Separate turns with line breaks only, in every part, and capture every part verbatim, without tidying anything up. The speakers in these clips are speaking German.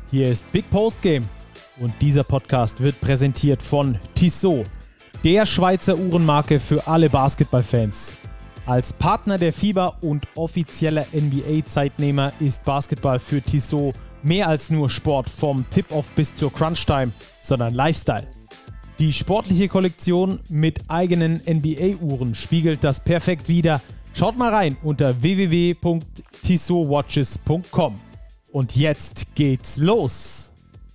Hier ist Big Post Game und dieser Podcast wird präsentiert von Tissot, der Schweizer Uhrenmarke für alle Basketballfans. Als Partner der FIBA und offizieller N B A-Zeitnehmer ist Basketball für Tissot mehr als nur Sport vom Tip-Off bis zur Crunch-Time, sondern Lifestyle. Die sportliche Kollektion mit eigenen N B A-Uhren spiegelt das perfekt wider. Schaut mal rein unter w w w punkt tissot watches punkt com. Und jetzt geht's los.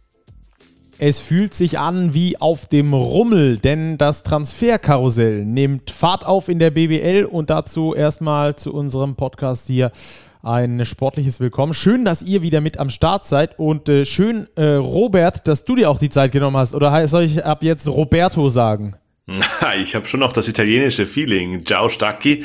Es fühlt sich an wie auf dem Rummel, denn das Transferkarussell nimmt Fahrt auf in der B B L und dazu erstmal zu unserem Podcast hier ein sportliches Willkommen. Schön, dass ihr wieder mit am Start seid und äh, schön, äh, Robert, dass du dir auch die Zeit genommen hast. Oder soll ich ab jetzt Roberto sagen?
Ich habe schon noch das italienische Feeling. Ciao Stacchi.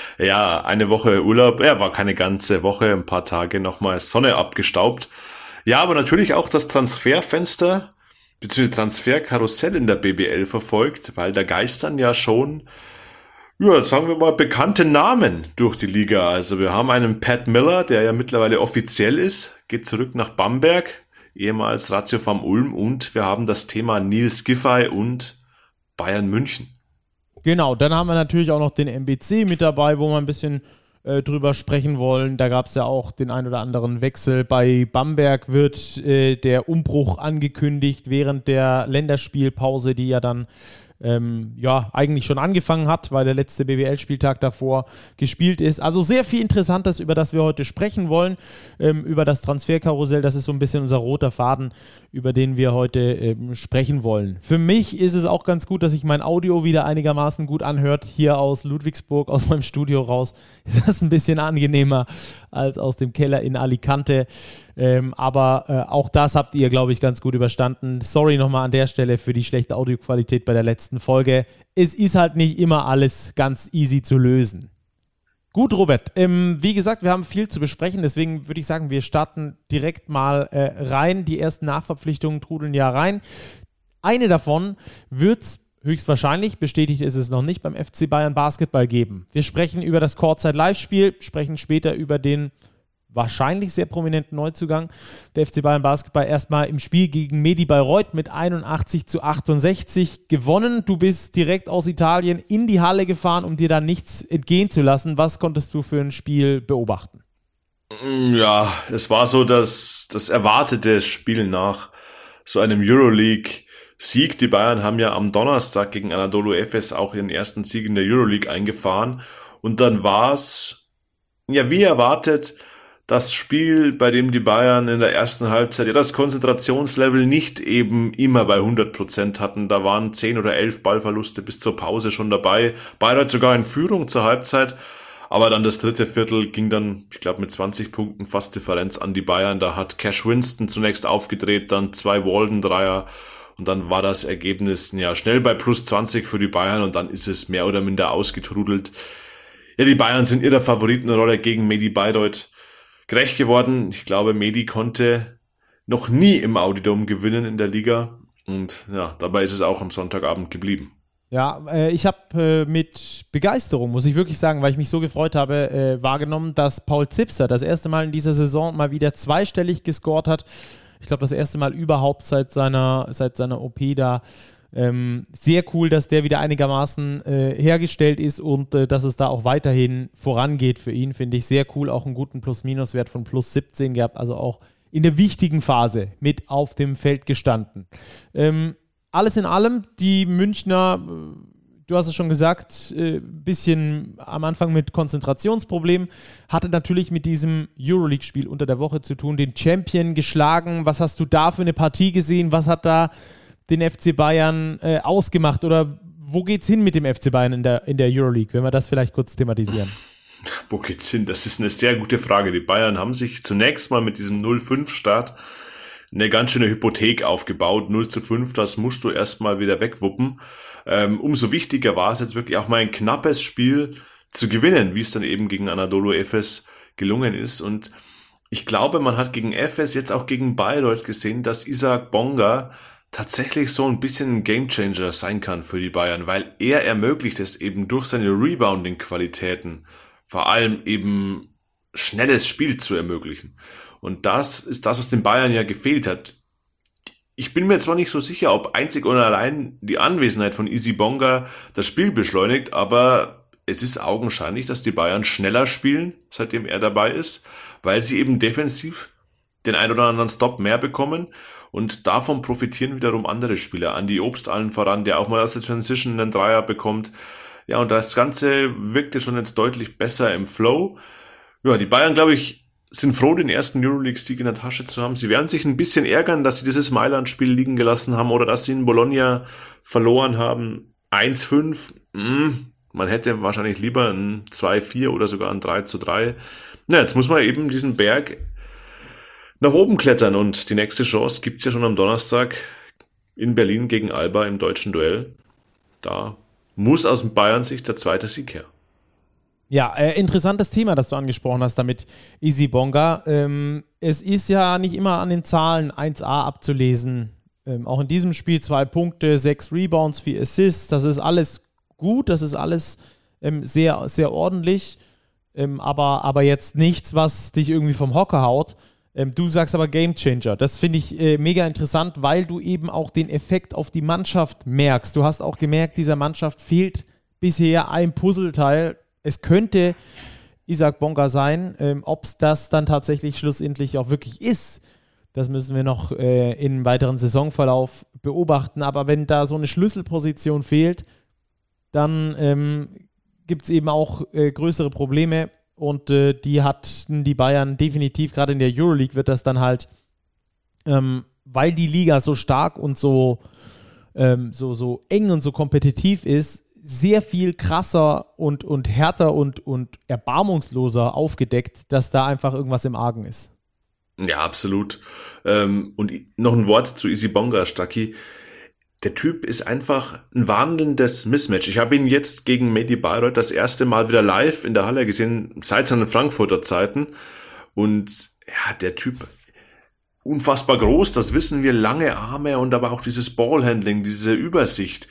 Ja, eine Woche Urlaub, ja, war keine ganze Woche, ein paar Tage nochmal Sonne abgestaubt. Ja, aber natürlich auch das Transferfenster bzw. Transferkarussell in der B B L verfolgt, weil da geistern ja schon, ja, sagen wir mal, bekannte Namen durch die Liga. Also wir haben einen Pat Miller, der ja mittlerweile offiziell ist, geht zurück nach Bamberg, ehemals Ratio Farm Ulm, und wir haben das Thema Nils Giffey und Bayern München.
Genau, dann haben wir natürlich auch noch den M B C mit dabei, wo wir ein bisschen äh, drüber sprechen wollen. Da gab es ja auch den ein oder anderen Wechsel. Bei Bamberg wird äh, der Umbruch angekündigt während der Länderspielpause, die ja dann ähm, ja eigentlich schon angefangen hat, weil der letzte B B L-Spieltag davor gespielt ist. Also sehr viel Interessantes, über das wir heute sprechen wollen, ähm, über das Transferkarussell. Das ist so ein bisschen unser roter Faden, über den wir heute ähm, sprechen wollen. Für mich ist es auch ganz gut, dass sich mein Audio wieder einigermaßen gut anhört. Hier aus Ludwigsburg, aus meinem Studio raus, ist das ein bisschen angenehmer als aus dem Keller in Alicante. Ähm, aber äh, auch das habt ihr, glaube ich, ganz gut überstanden. Sorry nochmal an der Stelle für die schlechte Audioqualität bei der letzten Folge. Es ist halt nicht immer alles ganz easy zu lösen. Gut, Robert, ähm, wie gesagt, wir haben viel zu besprechen, deswegen würde ich sagen, wir starten direkt mal äh, rein. Die ersten Nachverpflichtungen trudeln ja rein. Eine davon wird es höchstwahrscheinlich, bestätigt ist es noch nicht, beim F C Bayern Basketball geben. Wir sprechen über das Courtside-Live-Spiel, sprechen später über den wahrscheinlich sehr prominenten Neuzugang der F C Bayern Basketball. Erstmal im Spiel gegen Medi Bayreuth mit einundachtzig zu achtundsechzig gewonnen. Du bist direkt aus Italien in die Halle gefahren, um dir da nichts entgehen zu lassen. Was konntest du für ein Spiel beobachten?
Ja, es war so das, das erwartete Spiel nach so einem Euroleague-Sieg. Die Bayern haben ja am Donnerstag gegen Anadolu Efes auch ihren ersten Sieg in der Euroleague eingefahren. Und dann war es, ja, wie erwartet, das Spiel, bei dem die Bayern in der ersten Halbzeit ja das Konzentrationslevel nicht eben immer bei hundert Prozent hatten. Da waren zehn oder elf Ballverluste bis zur Pause schon dabei. Bayreuth sogar in Führung zur Halbzeit. Aber dann das dritte Viertel ging dann, ich glaube, mit zwanzig Punkten fast Differenz an die Bayern. Da hat Cash Winston zunächst aufgedreht, dann zwei Walden-Dreier. Und dann war das Ergebnis ja schnell bei plus zwanzig für die Bayern. Und dann ist es mehr oder minder ausgetrudelt. Ja, die Bayern sind ihrer Favoritenrolle gegen Medi Bayreuth gerecht geworden. Ich glaube, Medi konnte noch nie im Audi Dome gewinnen in der Liga. Und ja, dabei ist es auch am Sonntagabend geblieben.
Ja, äh, ich habe äh, mit Begeisterung, muss ich wirklich sagen, weil ich mich so gefreut habe, äh, wahrgenommen, dass Paul Zipser das erste Mal in dieser Saison mal wieder zweistellig gescored hat. Ich glaube, das erste Mal überhaupt seit seiner, seit seiner O P da. Ähm, sehr cool, dass der wieder einigermaßen äh, hergestellt ist und äh, dass es da auch weiterhin vorangeht für ihn, finde ich sehr cool. Auch einen guten Plus-Minus-Wert von plus siebzehn gehabt, also auch in der wichtigen Phase mit auf dem Feld gestanden. Ähm, alles in allem, die Münchner, du hast es schon gesagt, ein äh, bisschen am Anfang mit Konzentrationsproblemen, hatte natürlich mit diesem Euroleague-Spiel unter der Woche zu tun, den Champion geschlagen. Was hast du da für eine Partie gesehen? Was hat da den F C Bayern äh, ausgemacht, oder wo geht's hin mit dem F C Bayern in der, in der Euroleague, wenn wir das vielleicht kurz thematisieren?
Wo geht's hin? Das ist eine sehr gute Frage. Die Bayern haben sich zunächst mal mit diesem null fünf Start eine ganz schöne Hypothek aufgebaut. null zu fünf, das musst du erstmal wieder wegwuppen. Ähm, umso wichtiger war es jetzt wirklich auch mal ein knappes Spiel zu gewinnen, wie es dann eben gegen Anadolu Efes gelungen ist. Und ich glaube, man hat gegen Efes, jetzt auch gegen Bayreuth gesehen, dass Isaac Bonga tatsächlich so ein bisschen ein Gamechanger sein kann für die Bayern, weil er ermöglicht es eben durch seine Rebounding-Qualitäten, vor allem eben schnelles Spiel zu ermöglichen. Und das ist das, was den Bayern ja gefehlt hat. Ich bin mir zwar nicht so sicher, ob einzig und allein die Anwesenheit von Easy Bonga das Spiel beschleunigt, aber es ist augenscheinlich, dass die Bayern schneller spielen, seitdem er dabei ist, weil sie eben defensiv den ein oder anderen Stop mehr bekommen und davon profitieren wiederum andere Spieler. Andi Obst allen voran, der auch mal aus der Transition einen Dreier bekommt. Ja, und das Ganze wirkte schon jetzt deutlich besser im Flow. Ja, die Bayern, glaube ich, sind froh, den ersten Euroleague-Sieg in der Tasche zu haben. Sie werden sich ein bisschen ärgern, dass sie dieses Mailand-Spiel liegen gelassen haben oder dass sie in Bologna verloren haben. eins fünf, mm, man hätte wahrscheinlich lieber ein zwei vier oder sogar ein drei zu drei. Na, jetzt muss man eben diesen Berg nach oben klettern und die nächste Chance gibt's ja schon am Donnerstag in Berlin gegen Alba im deutschen Duell. Da muss aus Bayern-Sicht der zweite Sieg her.
Ja, äh, interessantes Thema, das du angesprochen hast damit, Easy Bonga. Ähm, es ist ja nicht immer an den Zahlen eins a abzulesen. Ähm, auch in diesem Spiel zwei Punkte, sechs Rebounds, vier Assists. Das ist alles gut, das ist alles ähm, sehr, sehr ordentlich. Ähm, aber, aber jetzt nichts, was dich irgendwie vom Hocker haut. Ähm, du sagst aber Gamechanger. Das finde ich äh, mega interessant, weil du eben auch den Effekt auf die Mannschaft merkst. Du hast auch gemerkt, dieser Mannschaft fehlt bisher ein Puzzleteil. Es könnte Isaac Bonga sein. Ähm, Ob es das dann tatsächlich schlussendlich auch wirklich ist, das müssen wir noch äh, im weiteren Saisonverlauf beobachten. Aber wenn da so eine Schlüsselposition fehlt, dann ähm, gibt es eben auch äh, größere Probleme. Und äh, die hatten die Bayern definitiv, gerade in der Euroleague wird das dann halt, ähm, weil die Liga so stark und so, ähm, so, so eng und so kompetitiv ist, sehr viel krasser und, und härter und, und erbarmungsloser aufgedeckt, dass da einfach irgendwas im Argen ist.
Ja, absolut. Ähm, und noch ein Wort zu Easy Bonga, Stacki. Der Typ ist einfach ein wandelndes Mismatch. Ich habe ihn jetzt gegen Mehdi Bayreuth das erste Mal wieder live in der Halle gesehen, seit seinen Frankfurter Zeiten. Und ja, der Typ, unfassbar groß, das wissen wir, lange Arme und aber auch dieses Ballhandling, diese Übersicht.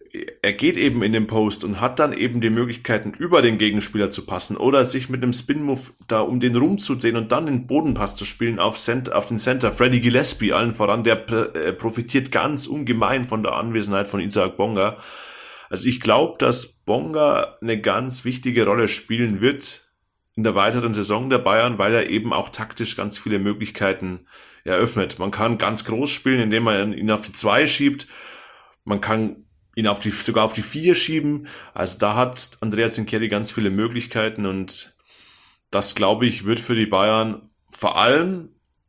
Er geht eben in den Post und hat dann eben die Möglichkeiten, über den Gegenspieler zu passen oder sich mit einem Spin-Move da um den rumzudrehen und dann den Bodenpass zu spielen auf, Center, auf den Center. Freddie Gillespie allen voran, der äh, profitiert ganz ungemein von der Anwesenheit von Isaac Bonga. Also ich glaube, dass Bonga eine ganz wichtige Rolle spielen wird in der weiteren Saison der Bayern, weil er eben auch taktisch ganz viele Möglichkeiten eröffnet. Man kann ganz groß spielen, indem man ihn auf die zwei schiebt. Man kann ihn auf die, sogar auf die vier schieben. Also da hat Andrea Trinchieri ganz viele Möglichkeiten und das, glaube ich, wird für die Bayern vor allem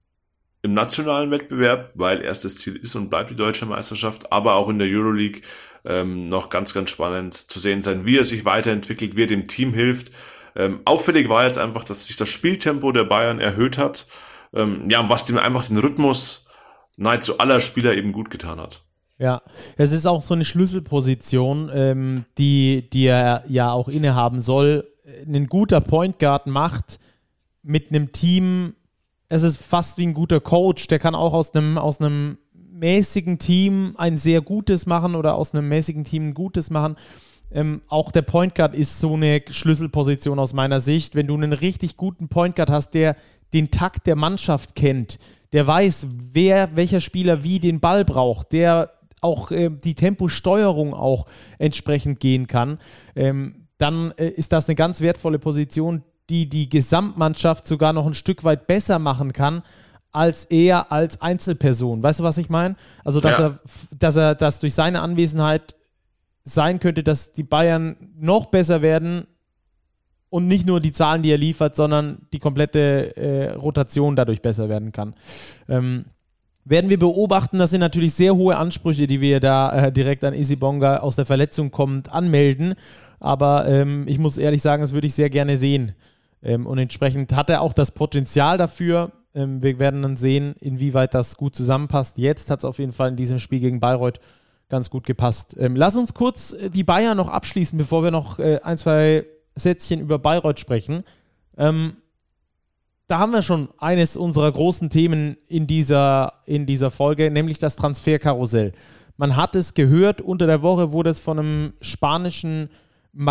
im nationalen Wettbewerb, weil erstes Ziel ist und bleibt die deutsche Meisterschaft, aber auch in der Euroleague ähm, noch ganz, ganz spannend zu sehen sein, wie er sich weiterentwickelt, wie er dem Team hilft. Ähm, auffällig war jetzt einfach, dass sich das Spieltempo der Bayern erhöht hat, ähm, ja, was dem einfach den Rhythmus nahezu aller Spieler eben gut getan hat.
Ja, es ist auch so eine Schlüsselposition, ähm, die, die er ja auch innehaben soll. Ein guter Point Guard macht mit einem Team, es ist fast wie ein guter Coach, der kann auch aus einem, aus einem mäßigen Team ein sehr gutes machen oder aus einem mäßigen Team ein gutes machen. Ähm, auch der Point Guard ist so eine Schlüsselposition aus meiner Sicht. Wenn du einen richtig guten Point Guard hast, der den Takt der Mannschaft kennt, der weiß, wer, welcher Spieler wie den Ball braucht, der auch äh, die Temposteuerung auch entsprechend gehen kann, ähm, dann äh, ist das eine ganz wertvolle Position, die die Gesamtmannschaft sogar noch ein Stück weit besser machen kann, als er als Einzelperson. Weißt du, was ich meine? Also, dass ja. er, dass er, dass durch seine Anwesenheit sein könnte, dass die Bayern noch besser werden und nicht nur die Zahlen, die er liefert, sondern die komplette äh, Rotation dadurch besser werden kann. Ähm, Werden wir beobachten, das sind natürlich sehr hohe Ansprüche, die wir da äh, direkt an Easy Bonga aus der Verletzung kommend anmelden. Aber ähm, ich muss ehrlich sagen, das würde ich sehr gerne sehen. Ähm, und entsprechend hat er auch das Potenzial dafür. Ähm, wir werden dann sehen, inwieweit das gut zusammenpasst. Jetzt hat es auf jeden Fall in diesem Spiel gegen Bayreuth ganz gut gepasst. Ähm, lass uns kurz die Bayern noch abschließen, bevor wir noch äh, ein, zwei Sätzchen über Bayreuth sprechen. Ähm, Da haben wir schon eines unserer großen Themen in dieser, in dieser Folge, nämlich das Transferkarussell. Man hat es gehört, unter der Woche wurde es von einem spanischen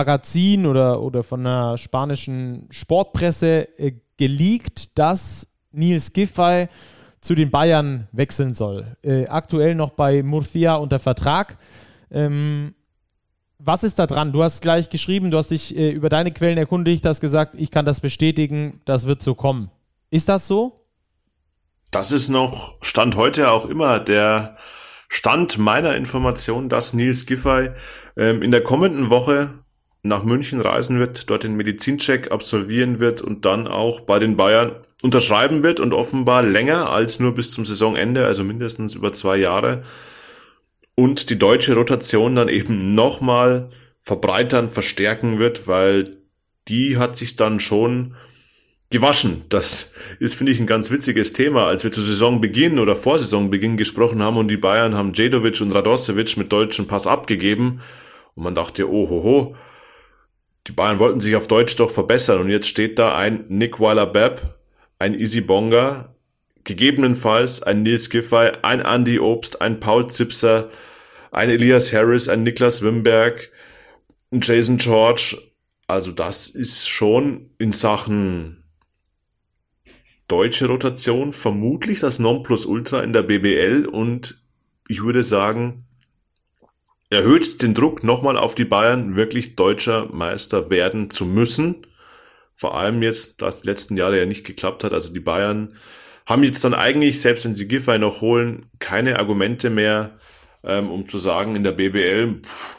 Magazin oder, oder von einer spanischen Sportpresse äh, geleakt, dass Nils Giffey zu den Bayern wechseln soll. Äh, aktuell noch bei Murcia unter Vertrag. Ähm, was ist da dran? Du hast gleich geschrieben, du hast dich äh, über deine Quellen erkundigt, hast gesagt, ich kann das bestätigen, das wird so kommen. Ist das so?
Das ist noch Stand heute auch immer der Stand meiner Information, dass Nils Giffey ähm, in der kommenden Woche nach München reisen wird, dort den Medizincheck absolvieren wird und dann auch bei den Bayern unterschreiben wird und offenbar länger als nur bis zum Saisonende, also mindestens über zwei Jahre. Und die deutsche Rotation dann eben nochmal verbreitern, verstärken wird, weil die hat sich dann schon gewaschen. Das ist, finde ich, ein ganz witziges Thema. Als wir zu Saisonbeginn oder vor Saisonbeginn gesprochen haben und die Bayern haben Djedovic und Radosevic mit deutschem Pass abgegeben und man dachte, oh ho ho, die Bayern wollten sich auf Deutsch doch verbessern und jetzt steht da ein Nick Weiler-Bepp, ein Easy Bonga, gegebenenfalls ein Nils Giffey, ein Andy Obst, ein Paul Zipser, ein Elias Harris, ein Niklas Wimberg, ein Jason George. Also das ist schon in Sachen deutsche Rotation vermutlich das Nonplusultra in der B B L und ich würde sagen, erhöht den Druck nochmal auf die Bayern, wirklich deutscher Meister werden zu müssen. Vor allem jetzt, da es die letzten Jahre ja nicht geklappt hat. Also die Bayern haben jetzt dann eigentlich, selbst wenn sie Giffey noch holen, keine Argumente mehr, ähm, um zu sagen, in der B B L, pff,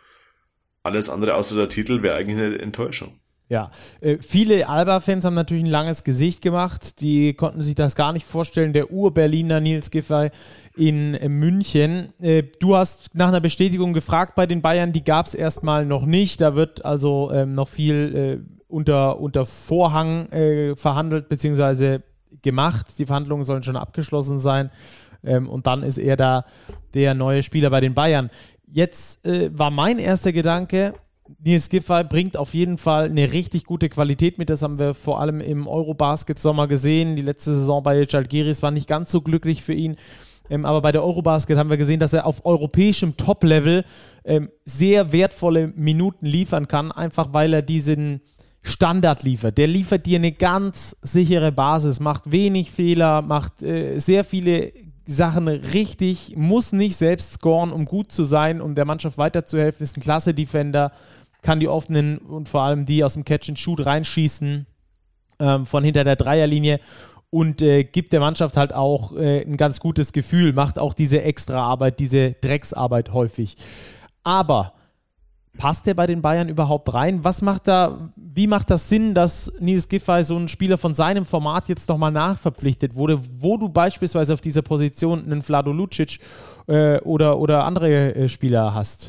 alles andere außer der Titel wäre eigentlich eine Enttäuschung.
Ja, äh, viele Alba-Fans haben natürlich ein langes Gesicht gemacht. Die konnten sich das gar nicht vorstellen. Der Ur-Berliner Nils Giffey in äh, München. Äh, du hast nach einer Bestätigung gefragt bei den Bayern. Die gab es erstmal noch nicht. Da wird also ähm, noch viel äh, unter, unter Vorhang äh, verhandelt bzw. gemacht. Die Verhandlungen sollen schon abgeschlossen sein. Ähm, und dann ist er da der neue Spieler bei den Bayern. Jetzt äh, war mein erster Gedanke, Nils Giffey bringt auf jeden Fall eine richtig gute Qualität mit. Das haben wir vor allem im Eurobasket-Sommer gesehen. Die letzte Saison bei Žalgiris war nicht ganz so glücklich für ihn. Ähm, aber bei der Eurobasket haben wir gesehen, dass er auf europäischem Top-Level ähm, sehr wertvolle Minuten liefern kann, einfach weil er diesen Standard liefert. Der liefert dir eine ganz sichere Basis, macht wenig Fehler, macht äh, sehr viele Sachen richtig, muss nicht selbst scoren, um gut zu sein, um der Mannschaft weiterzuhelfen, ist ein klasse Defender, kann die offenen und vor allem die aus dem Catch-and-Shoot reinschießen, ähm, von hinter der Dreierlinie und äh, gibt der Mannschaft halt auch äh, ein ganz gutes Gefühl, macht auch diese Extraarbeit, diese Drecksarbeit häufig. Aber passt der bei den Bayern überhaupt rein? Was macht da, wie macht das Sinn, dass Nils Giffey, so ein Spieler von seinem Format, jetzt nochmal nachverpflichtet wurde, wo du beispielsweise auf dieser Position einen Vlado Lucic äh, oder, oder andere äh, Spieler hast?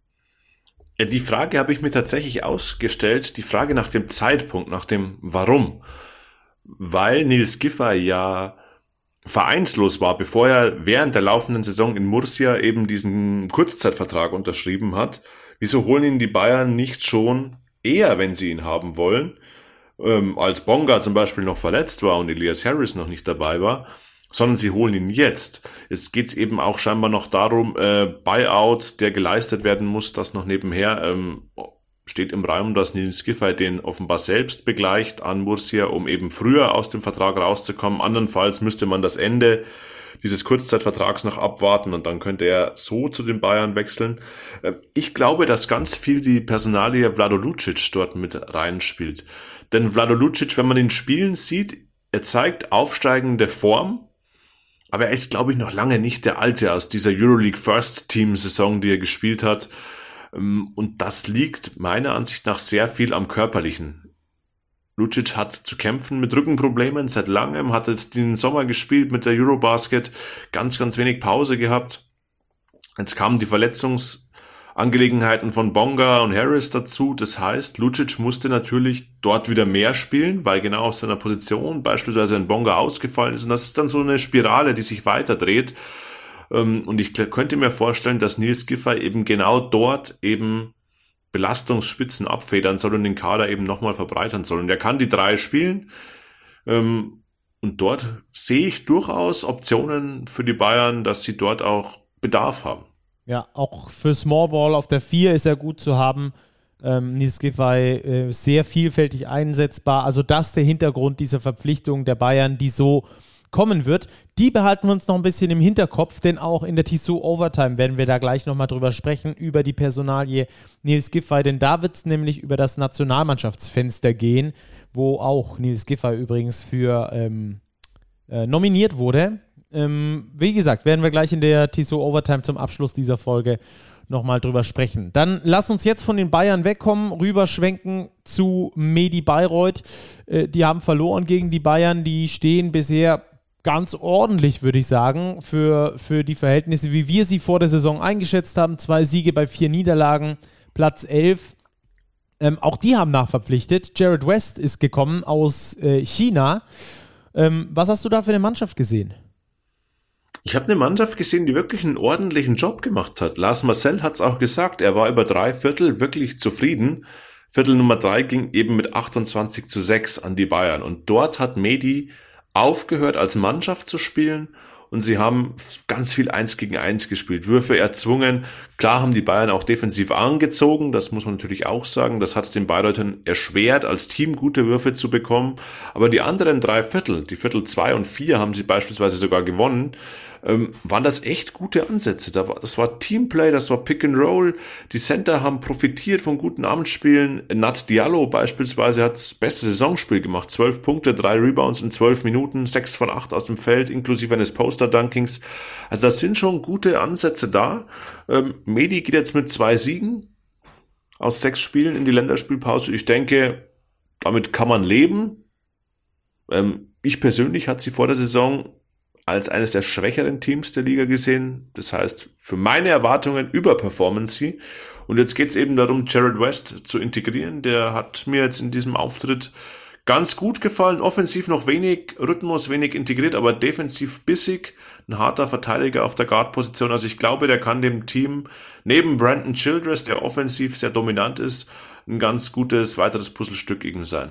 Ja, die Frage habe ich mir tatsächlich ausgestellt, die Frage nach dem Zeitpunkt, nach dem Warum. Weil Nils Giffey ja vereinslos war, bevor er während der laufenden Saison in Murcia eben diesen Kurzzeitvertrag unterschrieben hat. Wieso holen ihn die Bayern nicht schon eher, wenn sie ihn haben wollen, ähm, als Bonga zum Beispiel noch verletzt war und Elias Harris noch nicht dabei war, sondern sie holen ihn jetzt. Es geht eben auch scheinbar noch darum, äh, Buyout, der geleistet werden muss, das noch nebenher ähm, steht im Raum, dass Nils Giffey den offenbar selbst begleicht an Murcia, um eben früher aus dem Vertrag rauszukommen. Andernfalls müsste man das Ende dieses Kurzzeitvertrags noch abwarten und dann könnte er so zu den Bayern wechseln. Ich glaube, dass ganz viel die Personalie Vlado Lucic dort mit reinspielt. Denn Vlado Lucic, wenn man ihn spielen sieht, er zeigt aufsteigende Form, aber er ist, glaube ich, noch lange nicht der Alte aus dieser Euroleague First Team Saison, die er gespielt hat. Und das liegt meiner Ansicht nach sehr viel am Körperlichen. Lucic hat zu kämpfen mit Rückenproblemen seit langem, hat jetzt den Sommer gespielt mit der Eurobasket, ganz, ganz wenig Pause gehabt. Jetzt kamen die Verletzungsangelegenheiten von Bonga und Harris dazu. Das heißt, Lucic musste natürlich dort wieder mehr spielen, weil genau aus seiner Position beispielsweise ein Bonga ausgefallen ist. Und das ist dann so eine Spirale, die sich weiterdreht. Und ich könnte mir vorstellen, dass Nils Giffey eben genau dort eben Belastungsspitzen abfedern soll und den Kader eben nochmal verbreitern soll. Und er kann die drei spielen. Ähm, und dort sehe ich durchaus Optionen für die Bayern, dass sie dort auch Bedarf haben.
Ja, auch für Small Ball auf der vier ist er gut zu haben. Ähm, Nils Giffey äh, sehr vielfältig einsetzbar. Also das ist der Hintergrund dieser Verpflichtung der Bayern, die so kommen wird. Die behalten wir uns noch ein bisschen im Hinterkopf, denn auch in der Tissot Overtime werden wir da gleich nochmal drüber sprechen, über die Personalie Nils Giffey, denn da wird es nämlich über das Nationalmannschaftsfenster gehen, wo auch Nils Giffey übrigens für ähm, äh, nominiert wurde. Ähm, wie gesagt, werden wir gleich in der Tissot Overtime zum Abschluss dieser Folge nochmal drüber sprechen. Dann lass uns jetzt von den Bayern wegkommen, rüberschwenken zu Medi Bayreuth. Äh, die haben verloren gegen die Bayern, die stehen bisher ganz ordentlich, würde ich sagen, für, für die Verhältnisse, wie wir sie vor der Saison eingeschätzt haben. Zwei Siege bei vier Niederlagen, Platz elf. Ähm, auch die haben nachverpflichtet. Jared West ist gekommen aus äh, China. Ähm, was hast du da für eine Mannschaft gesehen?
Ich habe eine Mannschaft gesehen, die wirklich einen ordentlichen Job gemacht hat. Lars Marcel hat es auch gesagt, er war über drei Viertel wirklich zufrieden. Viertel Nummer drei ging eben mit achtundzwanzig zu sechs an die Bayern. Und dort hat Medi aufgehört, als Mannschaft zu spielen. Und sie haben ganz viel eins gegen eins gespielt, Würfe erzwungen. Klar haben die Bayern auch defensiv angezogen, das muss man natürlich auch sagen. Das hat es den Bayreutern erschwert, als Team gute Würfe zu bekommen. Aber die anderen drei Viertel, die Viertel zwei und vier, haben sie beispielsweise sogar gewonnen. Ähm, waren das echt gute Ansätze. Das war Teamplay, das war Pick and Roll. Die Center haben profitiert von guten Abendspielen. Nat Diallo beispielsweise hat das beste Saisonspiel gemacht. zwölf Punkte, drei Rebounds in zwölf Minuten, sechs von acht aus dem Feld, inklusive eines Poster-Dunkings. Also das sind schon gute Ansätze da. Ähm, Medi geht jetzt mit zwei Siegen aus sechs Spielen in die Länderspielpause. Ich denke, damit kann man leben. Ähm, ich persönlich hatte sie vor der Saison als eines der schwächeren Teams der Liga gesehen. Das heißt, für meine Erwartungen überperformen sie. Und jetzt geht es eben darum, Jared West zu integrieren. Der hat mir jetzt in diesem Auftritt ganz gut gefallen. Offensiv noch wenig Rhythmus, wenig integriert, aber defensiv bissig. Ein harter Verteidiger auf der Guard-Position. Also ich glaube, der kann dem Team neben Brandon Childress, der offensiv sehr dominant ist, ein ganz gutes weiteres Puzzlestück eben sein.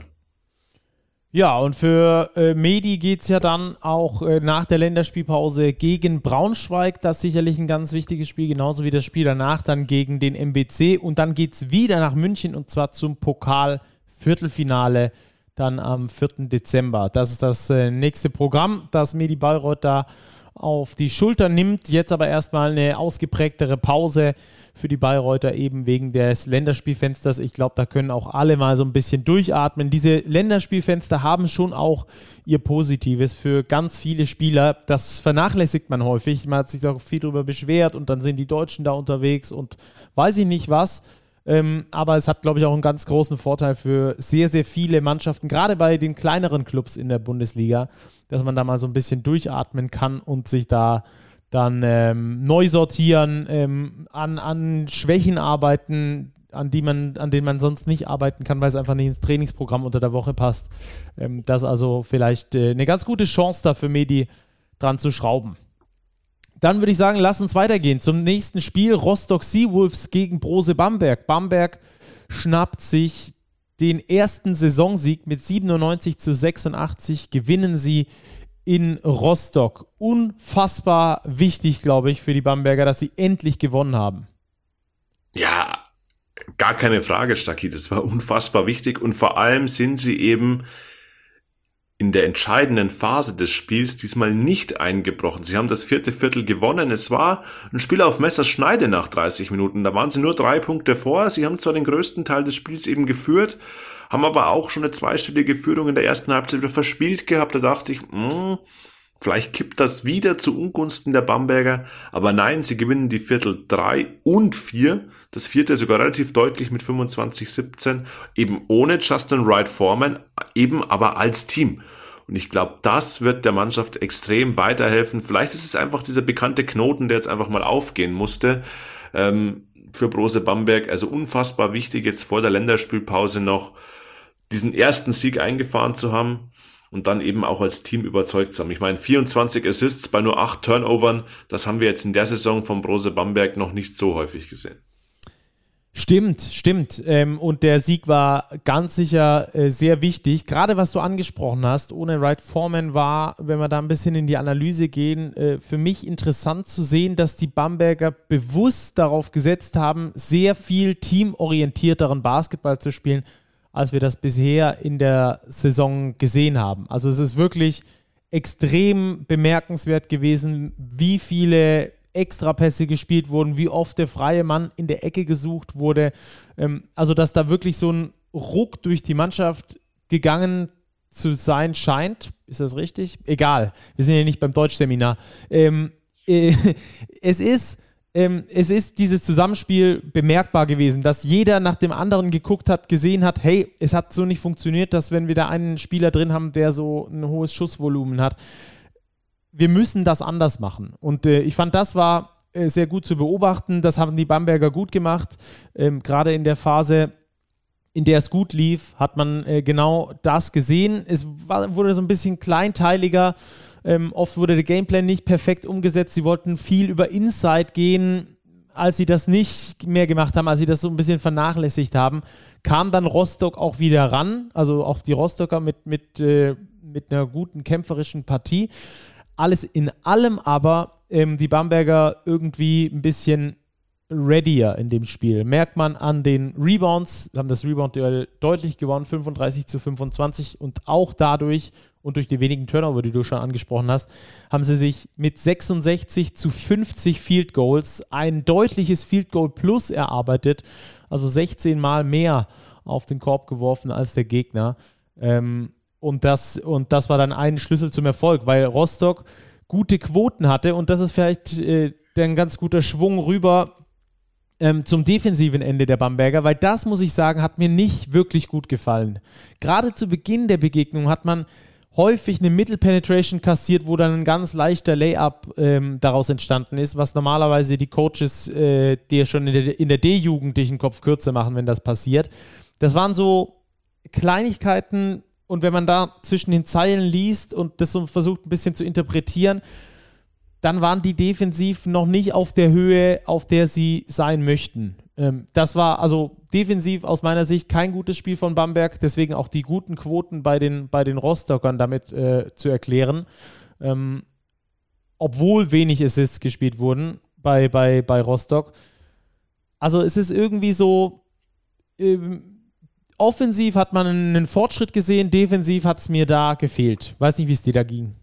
Ja, und für äh, Medi geht es ja dann auch äh, nach der Länderspielpause gegen Braunschweig. Das ist sicherlich ein ganz wichtiges Spiel, genauso wie das Spiel danach dann gegen den M B C. Und dann geht es wieder nach München und zwar zum Pokal-Viertelfinale dann am vierten Dezember. Das ist das äh, nächste Programm, das Medi Bayreuth da auf die Schulter nimmt. Jetzt aber erstmal eine ausgeprägtere Pause für die Bayreuther eben wegen des Länderspielfensters. Ich glaube, da können auch alle mal so ein bisschen durchatmen. Diese Länderspielfenster haben schon auch ihr Positives für ganz viele Spieler. Das vernachlässigt man häufig. Man hat sich da viel drüber beschwert und dann sind die Deutschen da unterwegs und weiß ich nicht was. Ähm, aber es hat, glaube ich, auch einen ganz großen Vorteil für sehr, sehr viele Mannschaften, gerade bei den kleineren Clubs in der Bundesliga, dass man da mal so ein bisschen durchatmen kann und sich da dann ähm, neu sortieren, ähm, an, an Schwächen arbeiten, an, die man, an denen man sonst nicht arbeiten kann, weil es einfach nicht ins Trainingsprogramm unter der Woche passt. Ähm, das ist also vielleicht äh, eine ganz gute Chance da für Medi dran zu schrauben. Dann würde ich sagen, lass uns weitergehen zum nächsten Spiel. Rostock Seawolves gegen Brose Bamberg. Bamberg schnappt sich den ersten Saisonsieg mit siebenundneunzig zu sechsundachtzig. Gewinnen sie in Rostock. Unfassbar wichtig, glaube ich, für die Bamberger, dass sie endlich gewonnen haben.
Ja, gar keine Frage, Stacki. Das war unfassbar wichtig. Und vor allem sind sie eben in der entscheidenden Phase des Spiels diesmal nicht eingebrochen. Sie haben das vierte Viertel gewonnen. Es war ein Spiel auf Messerschneide nach dreißig Minuten. Da waren sie nur drei Punkte vor. Sie haben zwar den größten Teil des Spiels eben geführt, haben aber auch schon eine zweistellige Führung in der ersten Halbzeit wieder verspielt gehabt. Da dachte ich, mh, vielleicht kippt das wieder zu Ungunsten der Bamberger. Aber nein, sie gewinnen die Viertel drei und vier. Das vierte sogar relativ deutlich mit fünfundzwanzig siebzehn. Eben ohne Justin Wright Foreman, eben aber als Team. Und ich glaube, das wird der Mannschaft extrem weiterhelfen. Vielleicht ist es einfach dieser bekannte Knoten, der jetzt einfach mal aufgehen musste. Ähm, für Brose Bamberg, also unfassbar wichtig, jetzt vor der Länderspielpause noch diesen ersten Sieg eingefahren zu haben und dann eben auch als Team überzeugt zu haben. Ich meine, vierundzwanzig Assists bei nur acht Turnovern, das haben wir jetzt in der Saison von Brose Bamberg noch nicht so häufig gesehen.
Stimmt, stimmt. Ähm, und der Sieg war ganz sicher äh, sehr wichtig. Gerade was du angesprochen hast, ohne Wright Foreman war, wenn wir da ein bisschen in die Analyse gehen, äh, für mich interessant zu sehen, dass die Bamberger bewusst darauf gesetzt haben, sehr viel teamorientierteren Basketball zu spielen, als wir das bisher in der Saison gesehen haben. Also es ist wirklich extrem bemerkenswert gewesen, wie viele Extrapässe gespielt wurden, wie oft der freie Mann in der Ecke gesucht wurde. Ähm, also, dass da wirklich so ein Ruck durch die Mannschaft gegangen zu sein scheint. Ist das richtig? Egal. Wir sind ja nicht beim Deutschseminar. Ähm, äh, es ist, ähm, es ist dieses Zusammenspiel bemerkbar gewesen, dass jeder nach dem anderen geguckt hat, gesehen hat, hey, es hat so nicht funktioniert, dass wenn wir da einen Spieler drin haben, der so ein hohes Schussvolumen hat, wir müssen das anders machen. Und äh, ich fand, das war äh, sehr gut zu beobachten. Das haben die Bamberger gut gemacht. Ähm, gerade in der Phase, in der es gut lief, hat man äh, genau das gesehen. Es war, wurde so ein bisschen kleinteiliger. Ähm, oft wurde der Gameplan nicht perfekt umgesetzt. Sie wollten viel über Inside gehen. Als sie das nicht mehr gemacht haben, als sie das so ein bisschen vernachlässigt haben, kam dann Rostock auch wieder ran. Also auch die Rostocker mit, mit, äh, mit einer guten kämpferischen Partie. Alles in allem aber ähm, die Bamberger irgendwie ein bisschen readier in dem Spiel. Merkt man an den Rebounds, haben das Rebound-Duell deutlich gewonnen, fünfunddreißig zu fünfundzwanzig, und auch dadurch und durch die wenigen Turnover, die du schon angesprochen hast, haben sie sich mit sechsundsechzig zu fünfzig Field Goals ein deutliches Field Goal Plus erarbeitet, also sechzehn Mal mehr auf den Korb geworfen als der Gegner. Ähm, Und das, und das war dann ein Schlüssel zum Erfolg, weil Rostock gute Quoten hatte, und das ist vielleicht äh, ein ganz guter Schwung rüber ähm, zum defensiven Ende der Bamberger, weil das, muss ich sagen, hat mir nicht wirklich gut gefallen. Gerade zu Beginn der Begegnung hat man häufig eine Middle-Penetration kassiert, wo dann ein ganz leichter Layup ähm, daraus entstanden ist, was normalerweise die Coaches äh, dir schon in der, in der D-Jugend dich den Kopf kürzer machen, wenn das passiert. Das waren so Kleinigkeiten. Und wenn man da zwischen den Zeilen liest und das so versucht ein bisschen zu interpretieren, dann waren die defensiv noch nicht auf der Höhe, auf der sie sein möchten. Ähm, das war also defensiv aus meiner Sicht kein gutes Spiel von Bamberg, deswegen auch die guten Quoten bei den, bei den Rostockern damit äh, zu erklären. Ähm, obwohl wenig Assists gespielt wurden bei, bei, bei Rostock. Also es ist irgendwie so... Ähm, Offensiv hat man einen Fortschritt gesehen, defensiv hat es mir da gefehlt. Weiß nicht, wie es dir da ging.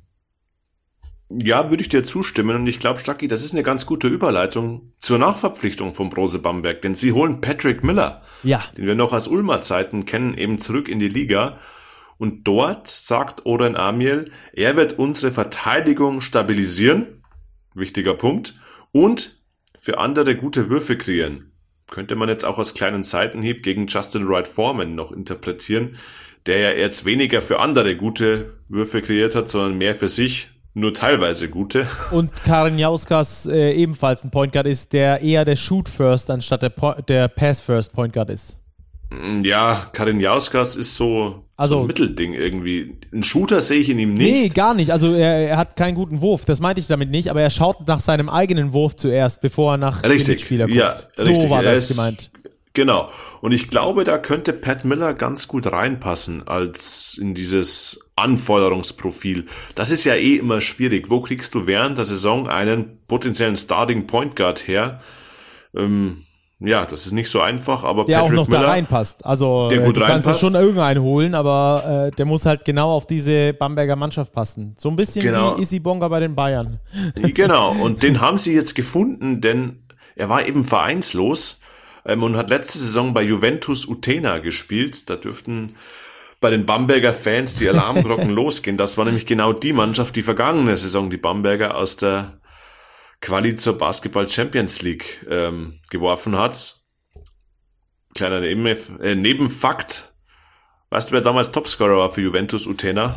Ja, würde ich dir zustimmen, und ich glaube, Stacki, das ist eine ganz gute Überleitung zur Nachverpflichtung von Brose Bamberg, denn sie holen Patrick Miller,
ja,
den wir noch aus Ulmer Zeiten kennen, eben zurück in die Liga, und dort sagt Oren Amiel, er wird unsere Verteidigung stabilisieren, wichtiger Punkt, und für andere gute Würfe kreieren. Könnte man jetzt auch als kleinen Seitenhieb gegen Justin Wright Foreman noch interpretieren, der ja jetzt weniger für andere gute Würfe kreiert hat, sondern mehr für sich, nur teilweise gute.
Und Karin Jauskas äh, ebenfalls ein Point Guard ist, der eher der Shoot First anstatt der, po- der Pass First Point Guard ist.
Ja, Karin Jauskas ist so,
also,
so ein Mittelding irgendwie. Ein Shooter sehe ich in ihm nicht.
Nee, gar nicht. Also er, er hat keinen guten Wurf, das meinte ich damit nicht, aber er schaut nach seinem eigenen Wurf zuerst, bevor er nach dem Spieler guckt.
Ja,
so
richtig.
war
er
das
ist,
gemeint.
Genau. Und ich glaube, da könnte Pat Miller ganz gut reinpassen als in dieses Anforderungsprofil. Das ist ja eh immer schwierig. Wo kriegst du während der Saison einen potenziellen Starting Point Guard her? Ähm, Ja, das ist nicht so einfach, aber
der
Patrick
auch noch
Miller,
da reinpasst. Also
der gut
du kannst ja
reinpasst.
schon irgendeinen holen, aber äh, der muss halt genau auf diese Bamberger Mannschaft passen. So ein bisschen
Genau.
wie Isi Bonga bei den Bayern.
Genau, und den haben sie jetzt gefunden, denn er war eben vereinslos ähm, und hat letzte Saison bei Juventus Utena gespielt. Da dürften bei den Bamberger Fans die Alarmglocken losgehen. Das war nämlich genau die Mannschaft, die vergangene Saison die Bamberger aus der Quali zur Basketball Champions League ähm, geworfen hat. Kleiner Neben äh, Nebenfakt. Weißt du, wer damals Topscorer war für Juventus Utena?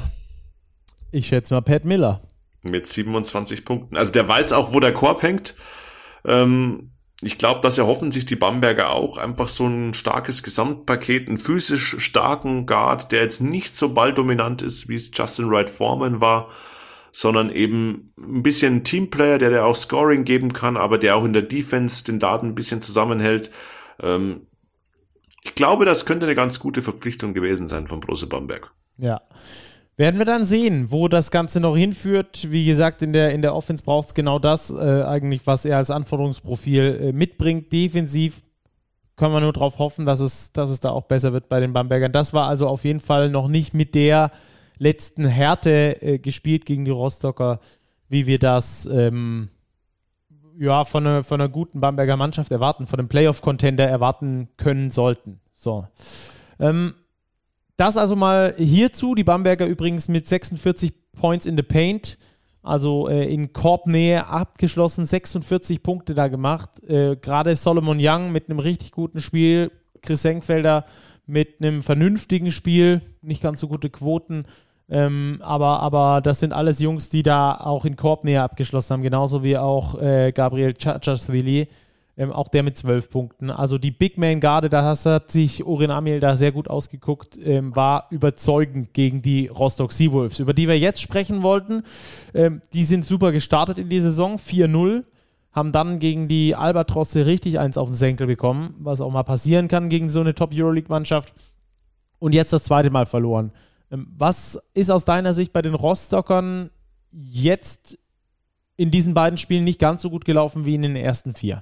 Ich schätze mal Pat Miller.
Mit siebenundzwanzig Punkten. Also der weiß auch, wo der Korb hängt. Ähm, ich glaube, das erhoffen sich die Bamberger auch. Einfach so ein starkes Gesamtpaket, einen physisch starken Guard, der jetzt nicht so balldominant ist, wie es Justin Wright Foreman war, sondern eben ein bisschen Teamplayer, der der auch Scoring geben kann, aber der auch in der Defense den Laden ein bisschen zusammenhält. Ähm, ich glaube, das könnte eine ganz gute Verpflichtung gewesen sein von Brose Bamberg.
Ja. Werden wir dann sehen, wo das Ganze noch hinführt. Wie gesagt, in der, in der Offense braucht es genau das, äh, eigentlich, was er als Anforderungsprofil äh, mitbringt. Defensiv können wir nur darauf hoffen, dass es, dass es da auch besser wird bei den Bambergern. Das war also auf jeden Fall noch nicht mit der letzten Härte äh, gespielt gegen die Rostocker, wie wir das ähm, ja, von, einer, von einer guten Bamberger Mannschaft erwarten, von einem Playoff-Contender erwarten können sollten. So. Ähm, Das also mal hierzu, die Bamberger übrigens mit sechsundvierzig Points in the Paint, also äh, in Korbnähe abgeschlossen, sechsundvierzig Punkte da gemacht. Äh, Gerade Solomon Young mit einem richtig guten Spiel, Chris Senkfelder mit einem vernünftigen Spiel, nicht ganz so gute Quoten, ähm, aber, aber das sind alles Jungs, die da auch in Korbnähe abgeschlossen haben, genauso wie auch äh, Gabriel Tschatschasvili. Ähm, auch der mit zwölf Punkten. Also die Big Man-Garde, da hat sich Oren Amiel da sehr gut ausgeguckt, ähm, war überzeugend gegen die Rostock Seawolves, über die wir jetzt sprechen wollten. Ähm, die sind super gestartet in die Saison, vier null, haben dann gegen die Albatrosse richtig eins auf den Senkel bekommen, was auch mal passieren kann gegen so eine Top-Euroleague-Mannschaft. Und jetzt das zweite Mal verloren. Ähm, was ist aus deiner Sicht bei den Rostockern jetzt in diesen beiden Spielen nicht ganz so gut gelaufen wie in den ersten vier?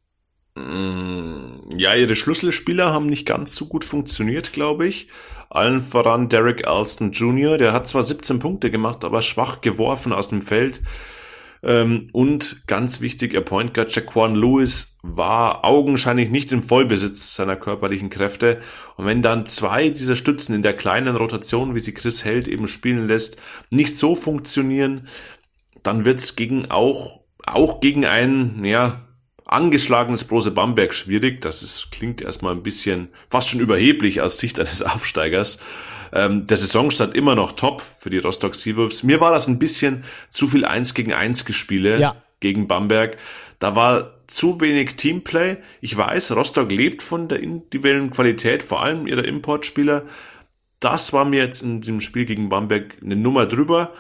Ja, ihre Schlüsselspieler haben nicht ganz so gut funktioniert, glaube ich. Allen voran Derek Alston Junior, der hat zwar siebzehn Punkte gemacht, aber schwach geworfen aus dem Feld. Und ganz wichtig, ihr Point Guard Jaquan Lewis war augenscheinlich nicht im Vollbesitz seiner körperlichen Kräfte. Und wenn dann zwei dieser Stützen in der kleinen Rotation, wie sie Chris Held eben spielen lässt, nicht so funktionieren, dann wird's gegen auch, auch gegen einen, ja, angeschlagenes Brose Bamberg schwierig. Das ist, klingt erstmal ein bisschen fast schon überheblich aus Sicht eines Aufsteigers. Ähm, der Saisonstart immer noch top für die Rostock Seawolves. Mir war das ein bisschen zu viel eins gegen eins Gespiele ja. gegen Bamberg. Da war zu wenig Teamplay. Ich weiß, Rostock lebt von der individuellen Qualität, vor allem ihrer Importspieler. Das war mir jetzt in dem Spiel gegen Bamberg eine Nummer drüber.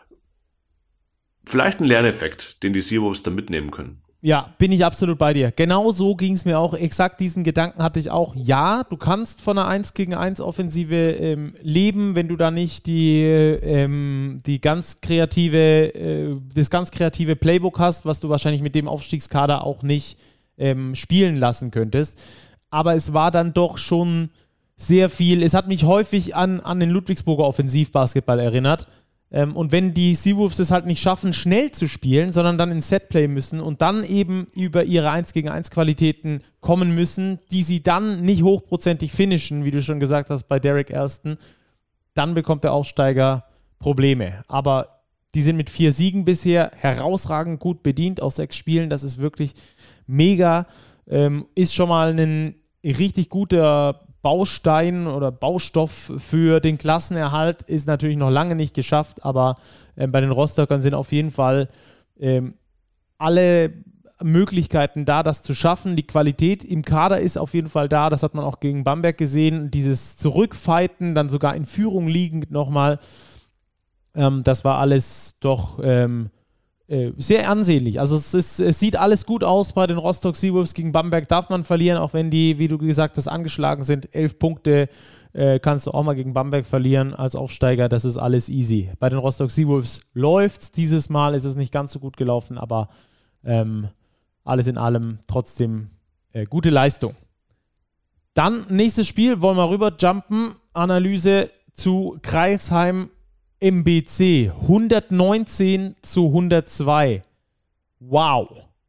Vielleicht ein Lerneffekt, den die Seawolves da mitnehmen können.
Ja, bin ich absolut bei dir. Genau so ging es mir auch. Exakt diesen Gedanken hatte ich auch. Ja, du kannst von einer eins gegen eins Offensive ähm, leben, wenn du da nicht die, ähm, die ganz kreative, äh, das ganz kreative Playbook hast, was du wahrscheinlich mit dem Aufstiegskader auch nicht ähm, spielen lassen könntest. Aber es war dann doch schon sehr viel. Es hat mich häufig an, an den Ludwigsburger Offensivbasketball erinnert. Ähm, und wenn die Seawolves es halt nicht schaffen, schnell zu spielen, sondern dann in Setplay müssen und dann eben über ihre eins gegen eins Qualitäten kommen müssen, die sie dann nicht hochprozentig finishen, wie du schon gesagt hast, bei Derek Alston, dann bekommt der Aufsteiger Probleme. Aber die sind mit vier Siegen bisher herausragend gut bedient aus sechs Spielen. Das ist wirklich mega. Ähm, ist schon mal ein richtig guter Baustein oder Baustoff für den Klassenerhalt, ist natürlich noch lange nicht geschafft, aber äh, bei den Rostockern sind auf jeden Fall ähm, alle Möglichkeiten da, das zu schaffen. Die Qualität im Kader ist auf jeden Fall da, das hat man auch gegen Bamberg gesehen. Dieses Zurückfighten, dann sogar in Führung liegend nochmal, ähm, das war alles doch ähm, äh, sehr ansehnlich. Also es, ist, es sieht alles gut aus bei den Rostock Seawolves. Gegen Bamberg darf man verlieren, auch wenn die, wie du gesagt hast, angeschlagen sind. Elf Punkte äh, kannst du auch mal gegen Bamberg verlieren als Aufsteiger. Das ist alles easy. Bei den Rostock Seawolves läuft's. Dieses Mal ist es nicht ganz so gut gelaufen, aber ähm, alles in allem trotzdem äh, gute Leistung. Dann nächstes Spiel, wollen wir rüber jumpen. Analyse zu Crailsheim M B C. hundertneunzehn zu hundertzwei. Wow.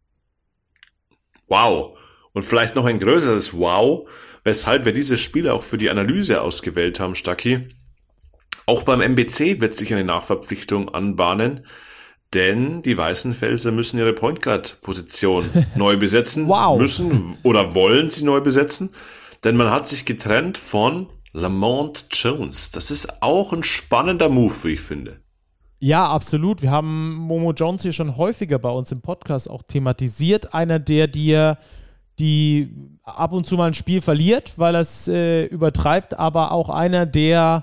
Wow. Und vielleicht noch ein größeres Wow, weshalb wir dieses Spiel auch für die Analyse ausgewählt haben, Stacki. Auch beim M B C wird sich eine Nachverpflichtung anbahnen, denn die Weißenfelser müssen ihre Point Guard Position neu besetzen.
Wow.
Müssen oder wollen sie neu besetzen, denn man hat sich getrennt von Lamont Jones. Das ist auch ein spannender Move, wie ich finde.
Ja, absolut. Wir haben Momo Jones hier schon häufiger bei uns im Podcast auch thematisiert. Einer, der dir die ab und zu mal ein Spiel verliert, weil er es äh, übertreibt, aber auch einer, der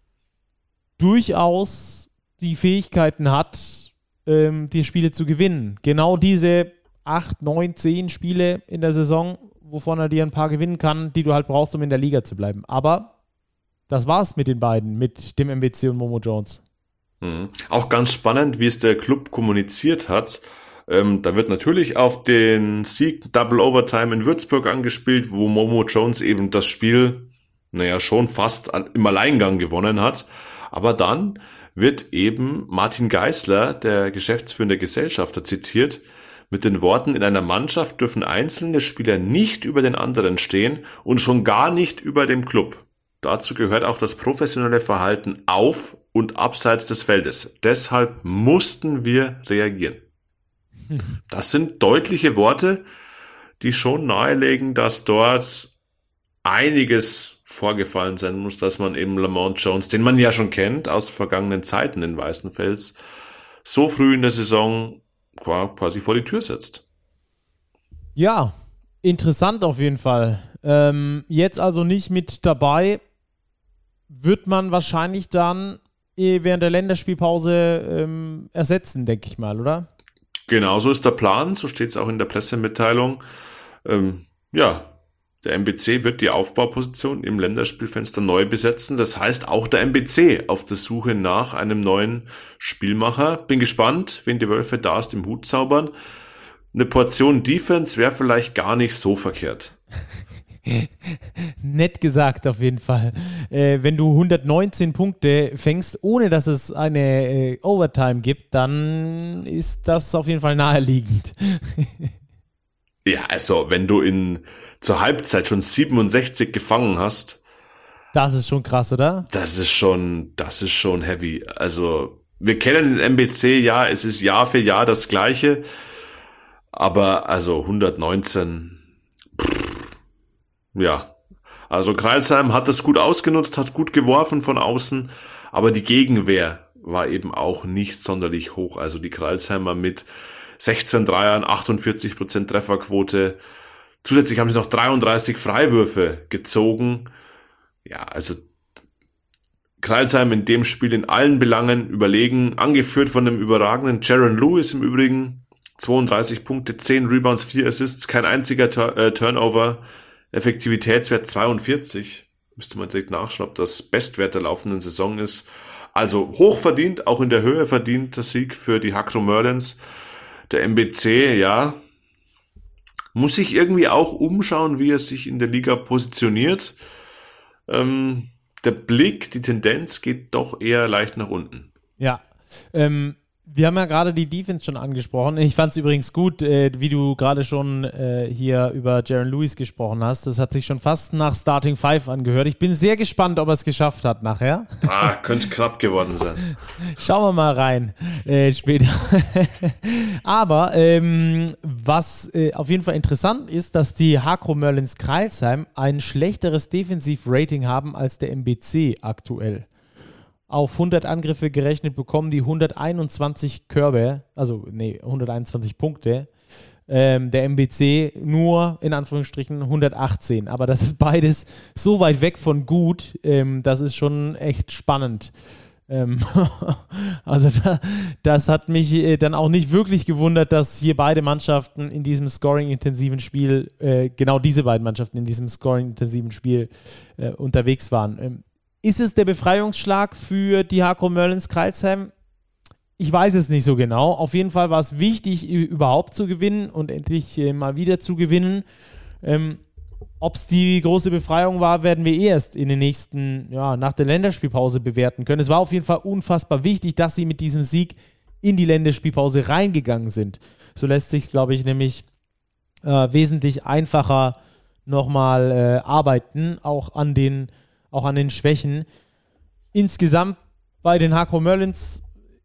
durchaus die Fähigkeiten hat, ähm, die Spiele zu gewinnen. Genau diese acht, neun, zehn Spiele in der Saison, wovon er dir ein paar gewinnen kann, die du halt brauchst, um in der Liga zu bleiben. Aber das war's mit den beiden, mit dem M B C und Momo Jones.
Mhm. Auch ganz spannend, wie es der Club kommuniziert hat. Ähm, da wird natürlich auf den Sieg Double Overtime in Würzburg angespielt, wo Momo Jones eben das Spiel, naja, schon fast im Alleingang gewonnen hat. Aber dann wird eben Martin Geisler, der geschäftsführende Gesellschafter, zitiert mit den Worten: In einer Mannschaft dürfen einzelne Spieler nicht über den anderen stehen und schon gar nicht über dem Club. Dazu gehört auch das professionelle Verhalten auf und abseits des Feldes. Deshalb mussten wir reagieren. Das sind deutliche Worte, die schon nahelegen, dass dort einiges vorgefallen sein muss, dass man eben Lamont Jones, den man ja schon kennt aus vergangenen Zeiten in Weißenfels, so früh in der Saison quasi vor die Tür setzt.
Ja, interessant auf jeden Fall. Ähm, jetzt also nicht mit dabei, wird man wahrscheinlich dann während der Länderspielpause ähm, ersetzen, denke ich mal, oder?
Genau, so ist der Plan, so steht es auch in der Pressemitteilung. Ähm, ja, der M B C wird die Aufbauposition im Länderspielfenster neu besetzen. Das heißt, auch der M B C auf der Suche nach einem neuen Spielmacher. Bin gespannt, wen die Wölfe da aus dem Hut zaubern. Eine Portion Defense wäre vielleicht gar nicht so verkehrt.
Nett gesagt auf jeden Fall. Äh, wenn du hundertneunzehn Punkte fängst, ohne dass es eine äh, Overtime gibt, dann ist das auf jeden Fall naheliegend.
Ja, also wenn du in zur Halbzeit schon siebenundsechzig gefangen hast.
Das ist schon krass, oder?
Das ist schon, das ist schon heavy. Also wir kennen den M B C, ja, es ist Jahr für Jahr das Gleiche. Aber also hundertneunzehn, pff, ja. Also Crailsheim hat das gut ausgenutzt, hat gut geworfen von außen, aber die Gegenwehr war eben auch nicht sonderlich hoch. Also die Crailsheimer mit sechzehn Dreiern, achtundvierzig Prozent Trefferquote. Zusätzlich haben sie noch dreiunddreißig Freiwürfe gezogen. Ja, also Crailsheim in dem Spiel in allen Belangen überlegen, angeführt von einem überragenden Jaron Lewis im Übrigen. zweiunddreißig Punkte, zehn Rebounds, vier Assists, kein einziger Tur- äh, Turnover. Effektivitätswert zweiundvierzig. Müsste man direkt nachschauen, ob das Bestwert der laufenden Saison ist. Also hochverdient, auch in der Höhe verdient der Sieg für die Hakro Merlins. Der M B C, ja, muss sich irgendwie auch umschauen, wie er sich in der Liga positioniert. Ähm, der Blick, die Tendenz geht doch eher leicht nach unten.
Ja, ähm, wir haben ja gerade die Defense schon angesprochen. Ich fand es übrigens gut, äh, wie du gerade schon äh, hier über Jaron Lewis gesprochen hast. Das hat sich schon fast nach Starting Five angehört. Ich bin sehr gespannt, ob er es geschafft hat nachher.
Ah, könnte knapp geworden sein.
Schauen wir mal rein äh, später. Aber ähm, was äh, auf jeden Fall interessant ist, dass die Hakro Merlins Crailsheim ein schlechteres Defensiv-Rating haben als der M B C aktuell. Auf hundert Angriffe gerechnet bekommen die hunderteinundzwanzig Körbe, also nee, hunderteinundzwanzig Punkte. Ähm, der M B C nur in Anführungsstrichen hundertachtzehn. Aber das ist beides so weit weg von gut, ähm, das ist schon echt spannend. Ähm also da, das hat mich äh, dann auch nicht wirklich gewundert, dass hier beide Mannschaften in diesem scoring-intensiven Spiel, äh, genau diese beiden Mannschaften in diesem scoring-intensiven Spiel äh, unterwegs waren. Ähm, Ist es der Befreiungsschlag für die Hakro Merlins Crailsheim? Ich weiß es nicht so genau. Auf jeden Fall war es wichtig, überhaupt zu gewinnen und endlich äh, mal wieder zu gewinnen. Ähm, Ob es die große Befreiung war, werden wir erst in den nächsten, ja, nach der Länderspielpause bewerten können. Es war auf jeden Fall unfassbar wichtig, dass sie mit diesem Sieg in die Länderspielpause reingegangen sind. So lässt sich, glaube ich, nämlich äh, wesentlich einfacher nochmal äh, arbeiten, auch an den auch an den Schwächen. Insgesamt bei den Hakro Merlins,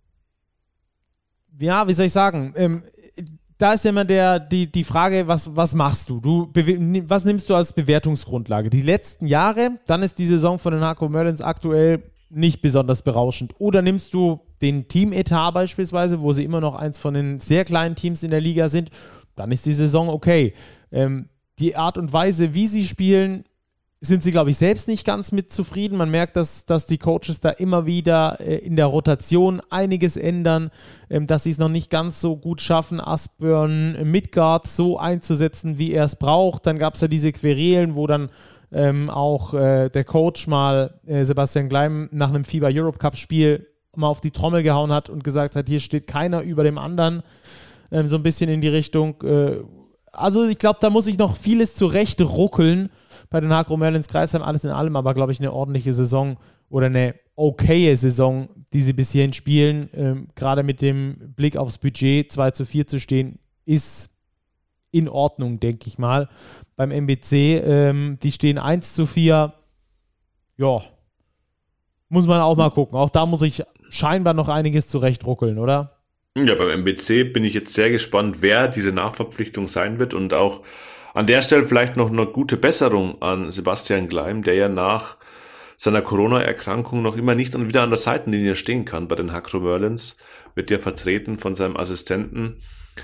ja, wie soll ich sagen, ähm, da ist ja immer der, die, die Frage, was, was machst du? du bewe- was nimmst du als Bewertungsgrundlage? Die letzten Jahre, dann ist die Saison von den Hakro Merlins aktuell nicht besonders berauschend. Oder nimmst du den Teametat beispielsweise, wo sie immer noch eins von den sehr kleinen Teams in der Liga sind, dann ist die Saison okay. Ähm, die Art und Weise, wie sie spielen, sind sie, glaube ich, selbst nicht ganz mit zufrieden. Man merkt, dass, dass die Coaches da immer wieder äh, in der Rotation einiges ändern, ähm, dass sie es noch nicht ganz so gut schaffen, Aspern Midgard so einzusetzen, wie er es braucht. Dann gab es ja diese Querelen, wo dann ähm, auch äh, der Coach mal äh, Sebastian Gleim nach einem FIBA Europe Cup Spiel mal auf die Trommel gehauen hat und gesagt hat, hier steht keiner über dem anderen, ähm, so ein bisschen in die Richtung. Äh, also ich glaube, da muss ich noch vieles zurecht ruckeln bei den Hakro Merlins Kreisheim, alles in allem, aber glaube ich eine ordentliche Saison oder eine okaye Saison, die sie bis hierhin spielen, ähm, gerade mit dem Blick aufs Budget, zwei zu vier zu stehen, ist in Ordnung, denke ich mal. Beim M B C, ähm, die stehen eins zu vier, ja, muss man auch mal gucken. Auch da muss ich scheinbar noch einiges zurechtruckeln, oder?
Ja, beim M B C bin ich jetzt sehr gespannt, wer diese Nachverpflichtung sein wird und auch an der Stelle vielleicht noch eine gute Besserung an Sebastian Gleim, der ja nach seiner Corona-Erkrankung noch immer nicht wieder an der Seitenlinie stehen kann bei den Hakro Merlins, wird ja vertreten von seinem Assistenten.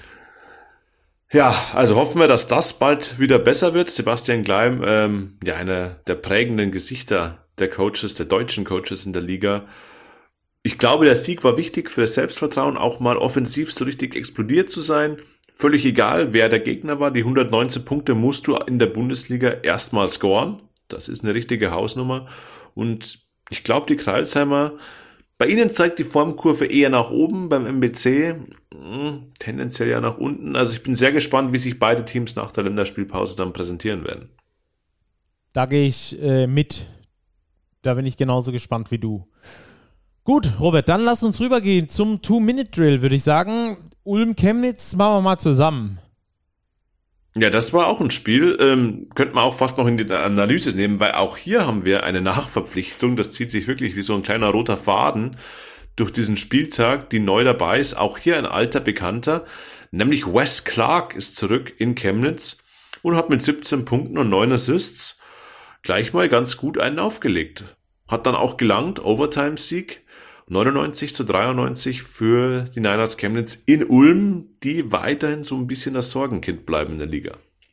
Ja, also hoffen wir, dass das bald wieder besser wird. Sebastian Gleim, ähm, ja, einer der prägenden Gesichter der Coaches, der deutschen Coaches in der Liga. Ich glaube, der Sieg war wichtig für das Selbstvertrauen, auch mal offensiv so richtig explodiert zu sein. Völlig egal, wer der Gegner war. Die hundertneunzehn Punkte musst du in der Bundesliga erstmal scoren. Das ist eine richtige Hausnummer. Und ich glaube, die Crailsheimer, bei ihnen zeigt die Formkurve eher nach oben, beim M B C mh, tendenziell ja nach unten. Also ich bin sehr gespannt, wie sich beide Teams nach der Länderspielpause dann präsentieren werden.
Da gehe ich äh, mit. Da bin ich genauso gespannt wie du. Gut, Robert, dann lass uns rübergehen zum Two-Minute-Drill, würde ich sagen. Ulm-Chemnitz machen wir mal zusammen.
Ja, das war auch ein Spiel, ähm, könnte man auch fast noch in die Analyse nehmen, weil auch hier haben wir eine Nachverpflichtung, das zieht sich wirklich wie so ein kleiner roter Faden durch diesen Spieltag, die neu dabei ist. Auch hier ein alter Bekannter, nämlich Wes Clark ist zurück in Chemnitz und hat mit siebzehn Punkten und neun Assists gleich mal ganz gut einen aufgelegt. Hat dann auch gelangt, Overtime-Sieg, neunundneunzig zu dreiundneunzig für die Niners Chemnitz in Ulm, die weiterhin so ein bisschen das Sorgenkind bleiben in der Liga.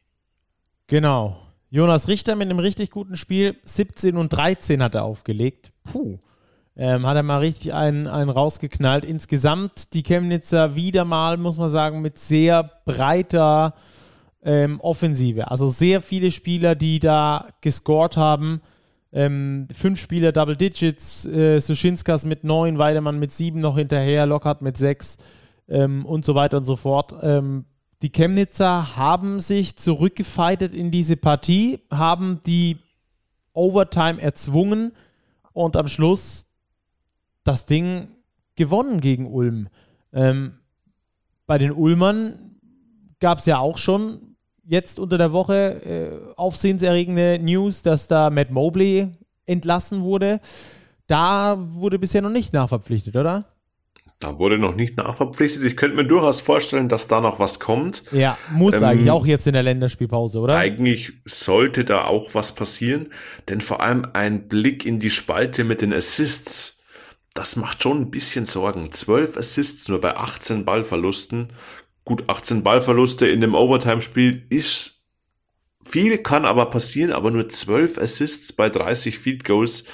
Genau. Jonas Richter mit einem richtig guten Spiel, siebzehn und dreizehn hat er aufgelegt. Puh. Ähm, hat er mal richtig einen, einen rausgeknallt. Insgesamt die Chemnitzer wieder mal, muss man sagen, mit sehr breiter ähm, Offensive. Also sehr viele Spieler, die da gescored haben. Ähm, fünf Spieler Double Digits, äh, Suschinskas mit neun, Weidemann mit sieben noch hinterher, Lockhart mit sechs ähm, und so weiter und so fort. Ähm, die Chemnitzer haben sich zurückgefeitet in diese Partie, haben die Overtime erzwungen und am Schluss das Ding gewonnen gegen Ulm. Ähm, bei den Ulmern gab es ja auch schon jetzt unter der Woche äh, aufsehenserregende News, dass da Matt Mobley entlassen wurde. Da wurde bisher noch nicht nachverpflichtet, oder?
Da wurde noch nicht nachverpflichtet. Ich könnte mir durchaus vorstellen, dass da noch was kommt.
Ja, muss
ähm,
eigentlich auch jetzt in der Länderspielpause, oder?
Eigentlich sollte da auch was passieren, denn vor allem ein Blick in die Spalte mit den Assists, das macht schon ein bisschen Sorgen. zwölf Assists nur bei achtzehn Ballverlusten. Gut, achtzehn Ballverluste in dem Overtime-Spiel ist viel, kann aber passieren, aber nur zwölf Assists bei dreißig Field Goals.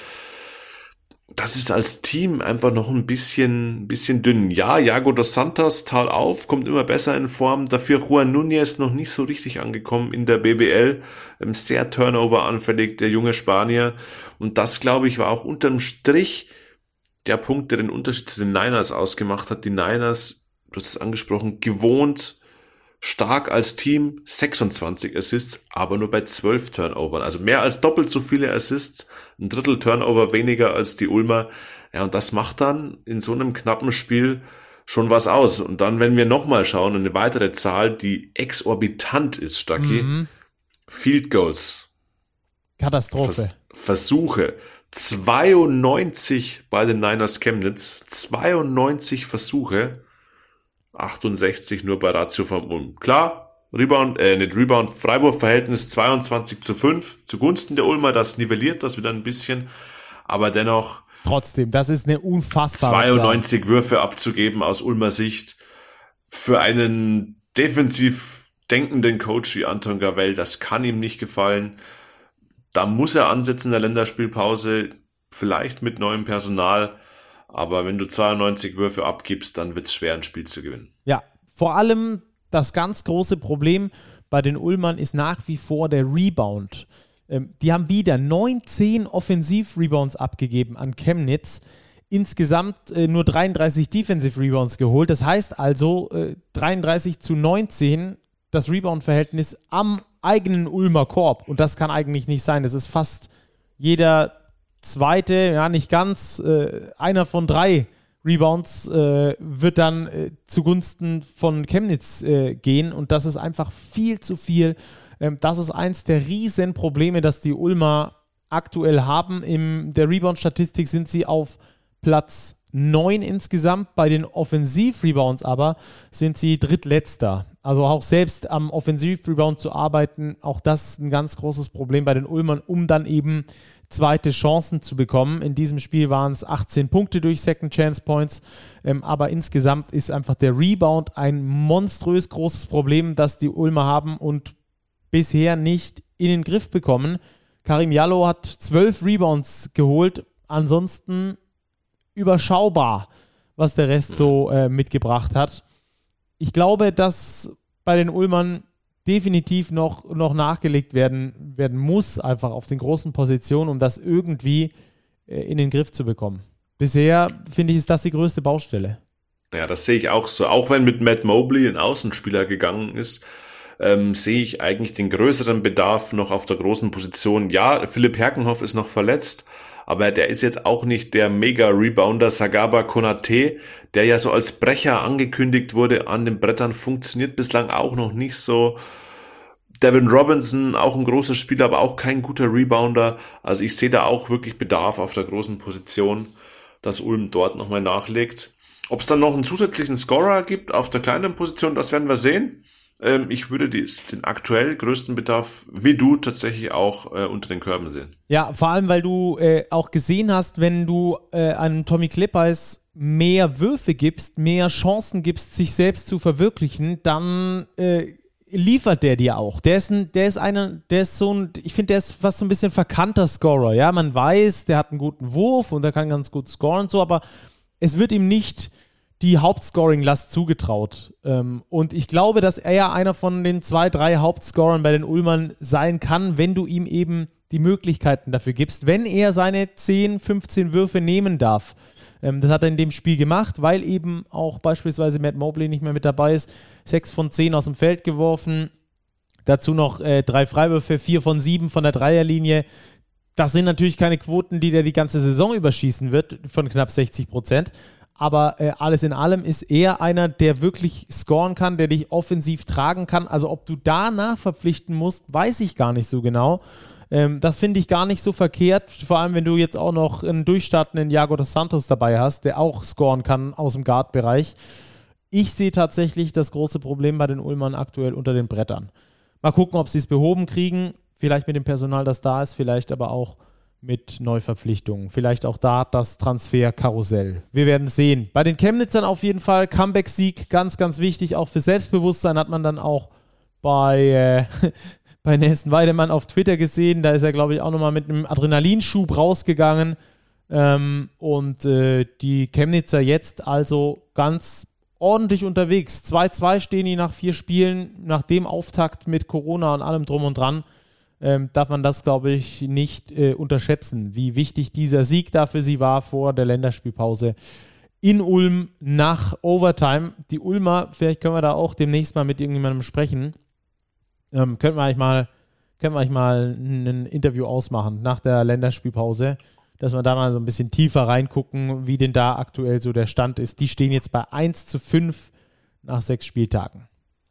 Das ist als Team einfach noch ein bisschen, bisschen dünn. Ja, Iago dos Santos taut auf, kommt immer besser in Form. Dafür Juan Núñez noch nicht so richtig angekommen in der B B L. Sehr Turnover-anfällig, der junge Spanier. Und das, glaube ich, war auch unterm Strich der Punkt, der den Unterschied zu den Niners ausgemacht hat. Die Niners, du hast es angesprochen, gewohnt stark als Team, sechsundzwanzig Assists, aber nur bei zwölf Turnovern. Also mehr als doppelt so viele Assists, ein Drittel Turnover weniger als die Ulmer. Ja, und das macht dann in so einem knappen Spiel schon was aus. Und dann, wenn wir nochmal schauen, eine weitere Zahl, die exorbitant ist, Stacki, mhm. Field Goals.
Katastrophe.
Vers- Versuche. zweiundneunzig bei den Niners Chemnitz, zweiundneunzig Versuche, achtundsechzig nur bei Ratio vom Ulm. Klar, Rebound, äh, nicht Rebound, Freiwurfverhältnis zweiundzwanzig zu fünf zugunsten der Ulmer, das nivelliert das wieder ein bisschen, aber dennoch
trotzdem, das ist eine unfassbare
zweiundneunzig
Zahl.
Würfe abzugeben aus Ulmer Sicht für einen defensiv denkenden Coach wie Anton Gavell, das kann ihm nicht gefallen. da muss er ansetzen in der Länderspielpause, vielleicht mit neuem Personal, aber wenn du zweiundneunzig Würfe abgibst, dann wird es schwer, ein Spiel zu gewinnen.
Ja, vor allem das ganz große Problem bei den Ulmern ist nach wie vor der Rebound. Ähm, die haben wieder neunzehn Offensiv-Rebounds abgegeben an Chemnitz, insgesamt äh, nur dreiunddreißig Defensive-Rebounds geholt. Das heißt also äh, dreiunddreißig zu neunzehn das Rebound-Verhältnis am eigenen Ulmer Korb. Und das kann eigentlich nicht sein. Das ist fast jeder zweite, ja nicht ganz, äh, einer von drei Rebounds äh, wird dann äh, zugunsten von Chemnitz äh, gehen. Und das ist einfach viel zu viel. Ähm, das ist eins der riesen Probleme, das die Ulmer aktuell haben. In der Rebound-Statistik sind sie auf Platz neun insgesamt. Bei den Offensiv-Rebounds aber sind sie drittletzter. Also auch selbst am Offensiv-Rebound zu arbeiten, auch das ist ein ganz großes Problem bei den Ulmern, um dann eben zweite Chancen zu bekommen. In diesem Spiel waren es achtzehn Punkte durch Second Chance Points, ähm, aber insgesamt ist einfach der Rebound ein monströs großes Problem, das die Ulmer haben und bisher nicht in den Griff bekommen. Karim Jallow hat zwölf Rebounds geholt, ansonsten überschaubar, was der Rest so äh, mitgebracht hat. Ich glaube, dass bei den Ulmern definitiv noch, noch nachgelegt werden, werden muss, einfach auf den großen Positionen, um das irgendwie äh, in den Griff zu bekommen. Bisher, finde ich, ist das die größte Baustelle.
Ja, das sehe ich auch so. Auch wenn mit Matt Mobley ein Außenspieler gegangen ist, ähm, sehe ich eigentlich den größeren Bedarf noch auf der großen Position. Ja, Philipp Herkenhoff ist noch verletzt, aber der ist jetzt auch nicht der Mega-Rebounder. Sagaba Konate, der ja so als Brecher angekündigt wurde an den Brettern, funktioniert bislang auch noch nicht so. Devin Robinson, auch ein großer Spieler, aber auch kein guter Rebounder. Also ich sehe da auch wirklich Bedarf auf der großen Position, dass Ulm dort nochmal nachlegt. Ob es dann noch einen zusätzlichen Scorer gibt auf der kleinen Position, das werden wir sehen. Ähm, ich würde dies, den aktuell größten Bedarf, wie du, tatsächlich auch äh, unter den Körben sehen.
Ja, vor allem, weil du äh, auch gesehen hast, wenn du äh, einem Tommy Kleppeis mehr Würfe gibst, mehr Chancen gibst, sich selbst zu verwirklichen, dann äh, liefert der dir auch. Der ist ein, der ist einer, der ist so ein, ich finde, der ist fast so ein bisschen verkannter Scorer. Ja, man weiß, der hat einen guten Wurf und der kann ganz gut scoren und so, aber es wird ihm nicht die Hauptscoring-Last zugetraut. Ähm, und ich glaube, dass er ja einer von den zwei, drei Hauptscorern bei den Ulmern sein kann, wenn du ihm eben die Möglichkeiten dafür gibst, wenn er seine zehn, fünfzehn Würfe nehmen darf. Ähm, das hat er in dem Spiel gemacht, weil eben auch beispielsweise Matt Mobley nicht mehr mit dabei ist. sechs von zehn aus dem Feld geworfen, dazu noch äh, drei Freiwürfe, vier von sieben von der Dreierlinie. Das sind natürlich keine Quoten, die der die ganze Saison überschießen wird, von knapp sechzig Prozent. Aber äh, alles in allem ist er einer, der wirklich scoren kann, der dich offensiv tragen kann. Also ob du danach verpflichten musst, weiß ich gar nicht so genau. Ähm, das finde ich gar nicht so verkehrt, vor allem wenn du jetzt auch noch einen durchstartenden Iago dos Santos dabei hast, der auch scoren kann aus dem Guard-Bereich. Ich sehe tatsächlich das große Problem bei den Ulmern aktuell unter den Brettern. Mal gucken, ob sie es behoben kriegen. Vielleicht mit dem Personal, das da ist, vielleicht aber auch mit Neuverpflichtungen. Vielleicht auch da das Transferkarussell. Wir werden sehen. Bei den Chemnitzern auf jeden Fall Comeback-Sieg, ganz, ganz wichtig. Auch für Selbstbewusstsein hat man dann auch bei, äh, bei Nelson Weidemann auf Twitter gesehen. Da ist er, glaube ich, auch nochmal mit einem Adrenalinschub rausgegangen. Ähm, und äh, die Chemnitzer jetzt also ganz ordentlich unterwegs. zwei zwei stehen die nach vier Spielen, nach dem Auftakt mit Corona und allem drum und dran. Ähm, darf man das, glaube ich, nicht äh, unterschätzen, wie wichtig dieser Sieg da für sie war vor der Länderspielpause in Ulm nach Overtime. Die Ulmer, vielleicht können wir da auch demnächst mal mit irgendjemandem sprechen, ähm, könnten wir eigentlich mal, können wir eigentlich mal ein Interview ausmachen nach der Länderspielpause, dass wir da mal so ein bisschen tiefer reingucken, wie denn da aktuell so der Stand ist. Die stehen jetzt bei eins zu fünf nach sechs Spieltagen.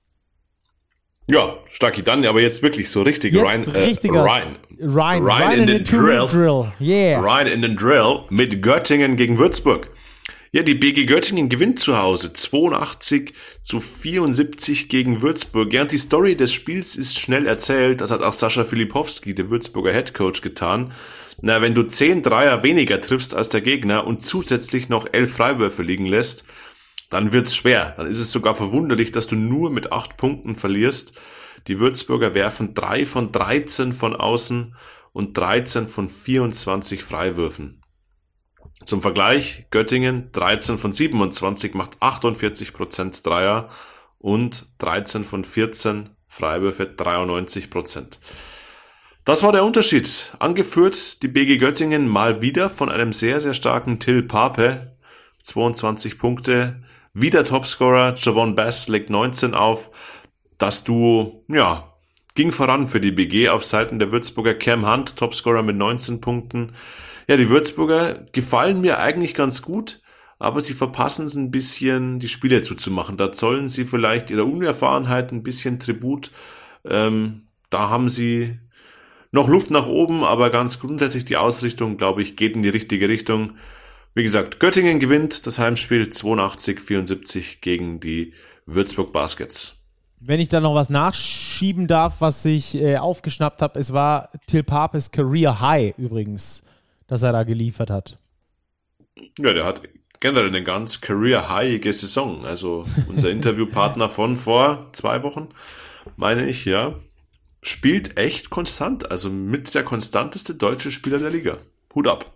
Ja, Stacki, dann aber jetzt wirklich so richtig
jetzt
rein, äh,
richtiger
rein,
rein,
rein,
rein
in,
in
den, den
Drill,
Drill,
Drill. Yeah.
rein in den Drill mit Göttingen gegen Würzburg. Ja, die B G Göttingen gewinnt zu Hause zweiundachtzig zu vierundsiebzig gegen Würzburg. Ja, und die Story des Spiels ist schnell erzählt. Das hat auch Sascha Filipowski, der Würzburger Headcoach, getan. Na, wenn du zehn Dreier weniger triffst als der Gegner und zusätzlich noch elf Freiwürfe liegen lässt, dann wird's schwer. Dann ist es sogar verwunderlich, dass du nur mit acht Punkten verlierst. Die Würzburger werfen drei von dreizehn von außen und dreizehn von vierundzwanzig Freiwürfen. Zum Vergleich, Göttingen dreizehn von siebenundzwanzig macht achtundvierzig Prozent Dreier und dreizehn von vierzehn Freiwürfe dreiundneunzig Prozent. Das war der Unterschied. Angeführt die B G Göttingen mal wieder von einem sehr, sehr starken Till Pape. zweiundzwanzig Punkte. Wieder Topscorer. Javon Bass legt neunzehn auf. Das Duo, ja, ging voran für die B G auf Seiten der Würzburger. Cam Hunt, Topscorer mit neunzehn Punkten. Ja, die Würzburger gefallen mir eigentlich ganz gut, aber sie verpassen es ein bisschen, die Spiele zuzumachen. Da zollen sie vielleicht ihrer Unerfahrenheit ein bisschen Tribut. Ähm, da haben sie noch Luft nach oben, aber ganz grundsätzlich die Ausrichtung, glaube ich, geht in die richtige Richtung. Wie gesagt, Göttingen gewinnt das Heimspiel zweiundachtzig vierundsiebzig gegen die Würzburg Baskets.
Wenn ich da noch was nachschieben darf, was ich äh, aufgeschnappt habe, es war Till Papes Career High übrigens, das er da geliefert hat.
Ja, der hat generell eine ganz career-highige Saison. Also unser Interviewpartner von vor zwei Wochen, meine ich, ja, spielt echt konstant. Also mit der konstanteste deutsche Spieler der Liga. Hut ab.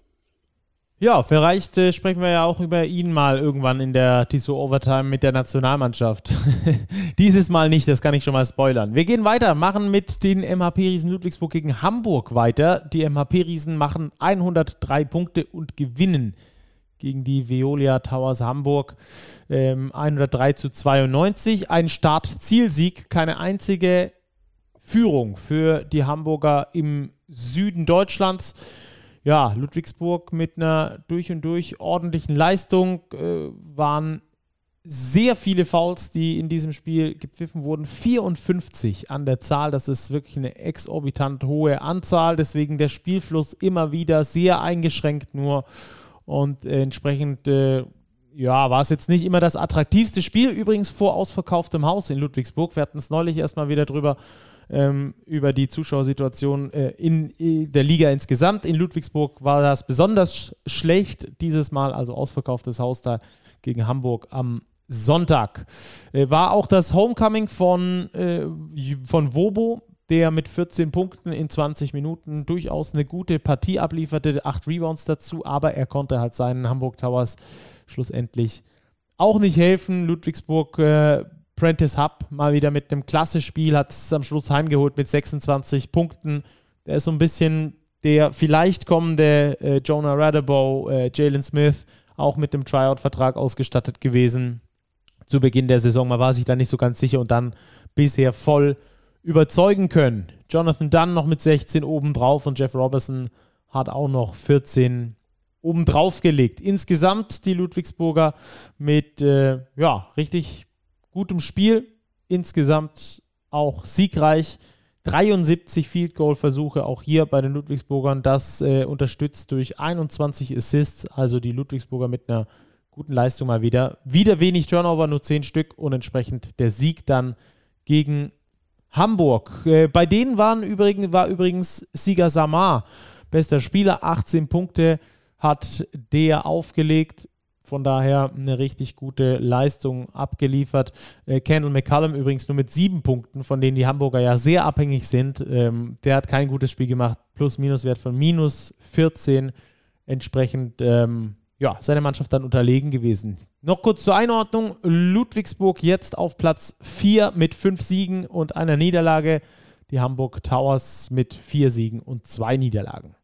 Ja, vielleicht äh, sprechen wir ja auch über ihn mal irgendwann in der Tissot Overtime mit der Nationalmannschaft. Dieses Mal nicht, das kann ich schon mal spoilern. Wir gehen weiter, machen mit den M H P-Riesen Ludwigsburg gegen Hamburg weiter. Die M H P-Riesen machen hundertdrei Punkte und gewinnen gegen die Veolia Towers Hamburg. Ähm, hundertdrei zu zweiundneunzig. Ein Start-Zielsieg, keine einzige Führung für die Hamburger im Süden Deutschlands. Ja, Ludwigsburg mit einer durch und durch ordentlichen Leistung, äh, waren sehr viele Fouls, die in diesem Spiel gepfiffen wurden. vierundfünfzig an der Zahl, das ist wirklich eine exorbitant hohe Anzahl, deswegen der Spielfluss immer wieder sehr eingeschränkt nur und äh, entsprechend äh, ja, war es jetzt nicht immer das attraktivste Spiel, übrigens vor ausverkauftem Haus in Ludwigsburg. Wir hatten es neulich erstmal wieder drüber, ähm, über die Zuschauersituation äh, in, in der Liga insgesamt. In Ludwigsburg war das besonders sch- schlecht, dieses Mal also ausverkauftes Haus da gegen Hamburg am Sonntag. Äh, war auch das Homecoming von, äh, von Wobo, der mit vierzehn Punkten in zwanzig Minuten durchaus eine gute Partie ablieferte, acht Rebounds dazu, aber er konnte halt seinen Hamburg Towers schlussendlich auch nicht helfen. Ludwigsburg, äh, Prentice Hub mal wieder mit einem Klasse-Spiel, hat es am Schluss heimgeholt mit sechsundzwanzig Punkten. Der ist so ein bisschen der vielleicht kommende äh, Jonah Radabow, äh, Jalen Smith, auch mit dem Tryout-Vertrag ausgestattet gewesen zu Beginn der Saison. Man war sich da nicht so ganz sicher und dann bisher voll überzeugen können. Jonathan Dunn noch mit sechzehn obendrauf und Jeff Robertson hat auch noch vierzehn obendrauf gelegt. Insgesamt die Ludwigsburger mit äh, ja, richtig gutem Spiel. Insgesamt auch siegreich. dreiundsiebzig Field Goal Versuche auch hier bei den Ludwigsburgern. Das äh, unterstützt durch einundzwanzig Assists. Also die Ludwigsburger mit einer guten Leistung mal wieder. Wieder wenig Turnover, nur zehn Stück und entsprechend der Sieg dann gegen Hamburg. Äh, bei denen waren übrigens, war übrigens Siga Samar bester Spieler. achtzehn Punkte hat der aufgelegt. Von daher eine richtig gute Leistung abgeliefert. Äh, Kendall McCullum übrigens nur mit sieben Punkten, von denen die Hamburger ja sehr abhängig sind. Ähm, der hat kein gutes Spiel gemacht. Plus-Minus-Wert von minus vierzehn. Entsprechend ähm, ja, seine Mannschaft dann unterlegen gewesen. Noch kurz zur Einordnung. Ludwigsburg jetzt auf Platz vier mit fünf Siegen und einer Niederlage. Die Hamburg Towers mit vier Siegen und zwei Niederlagen.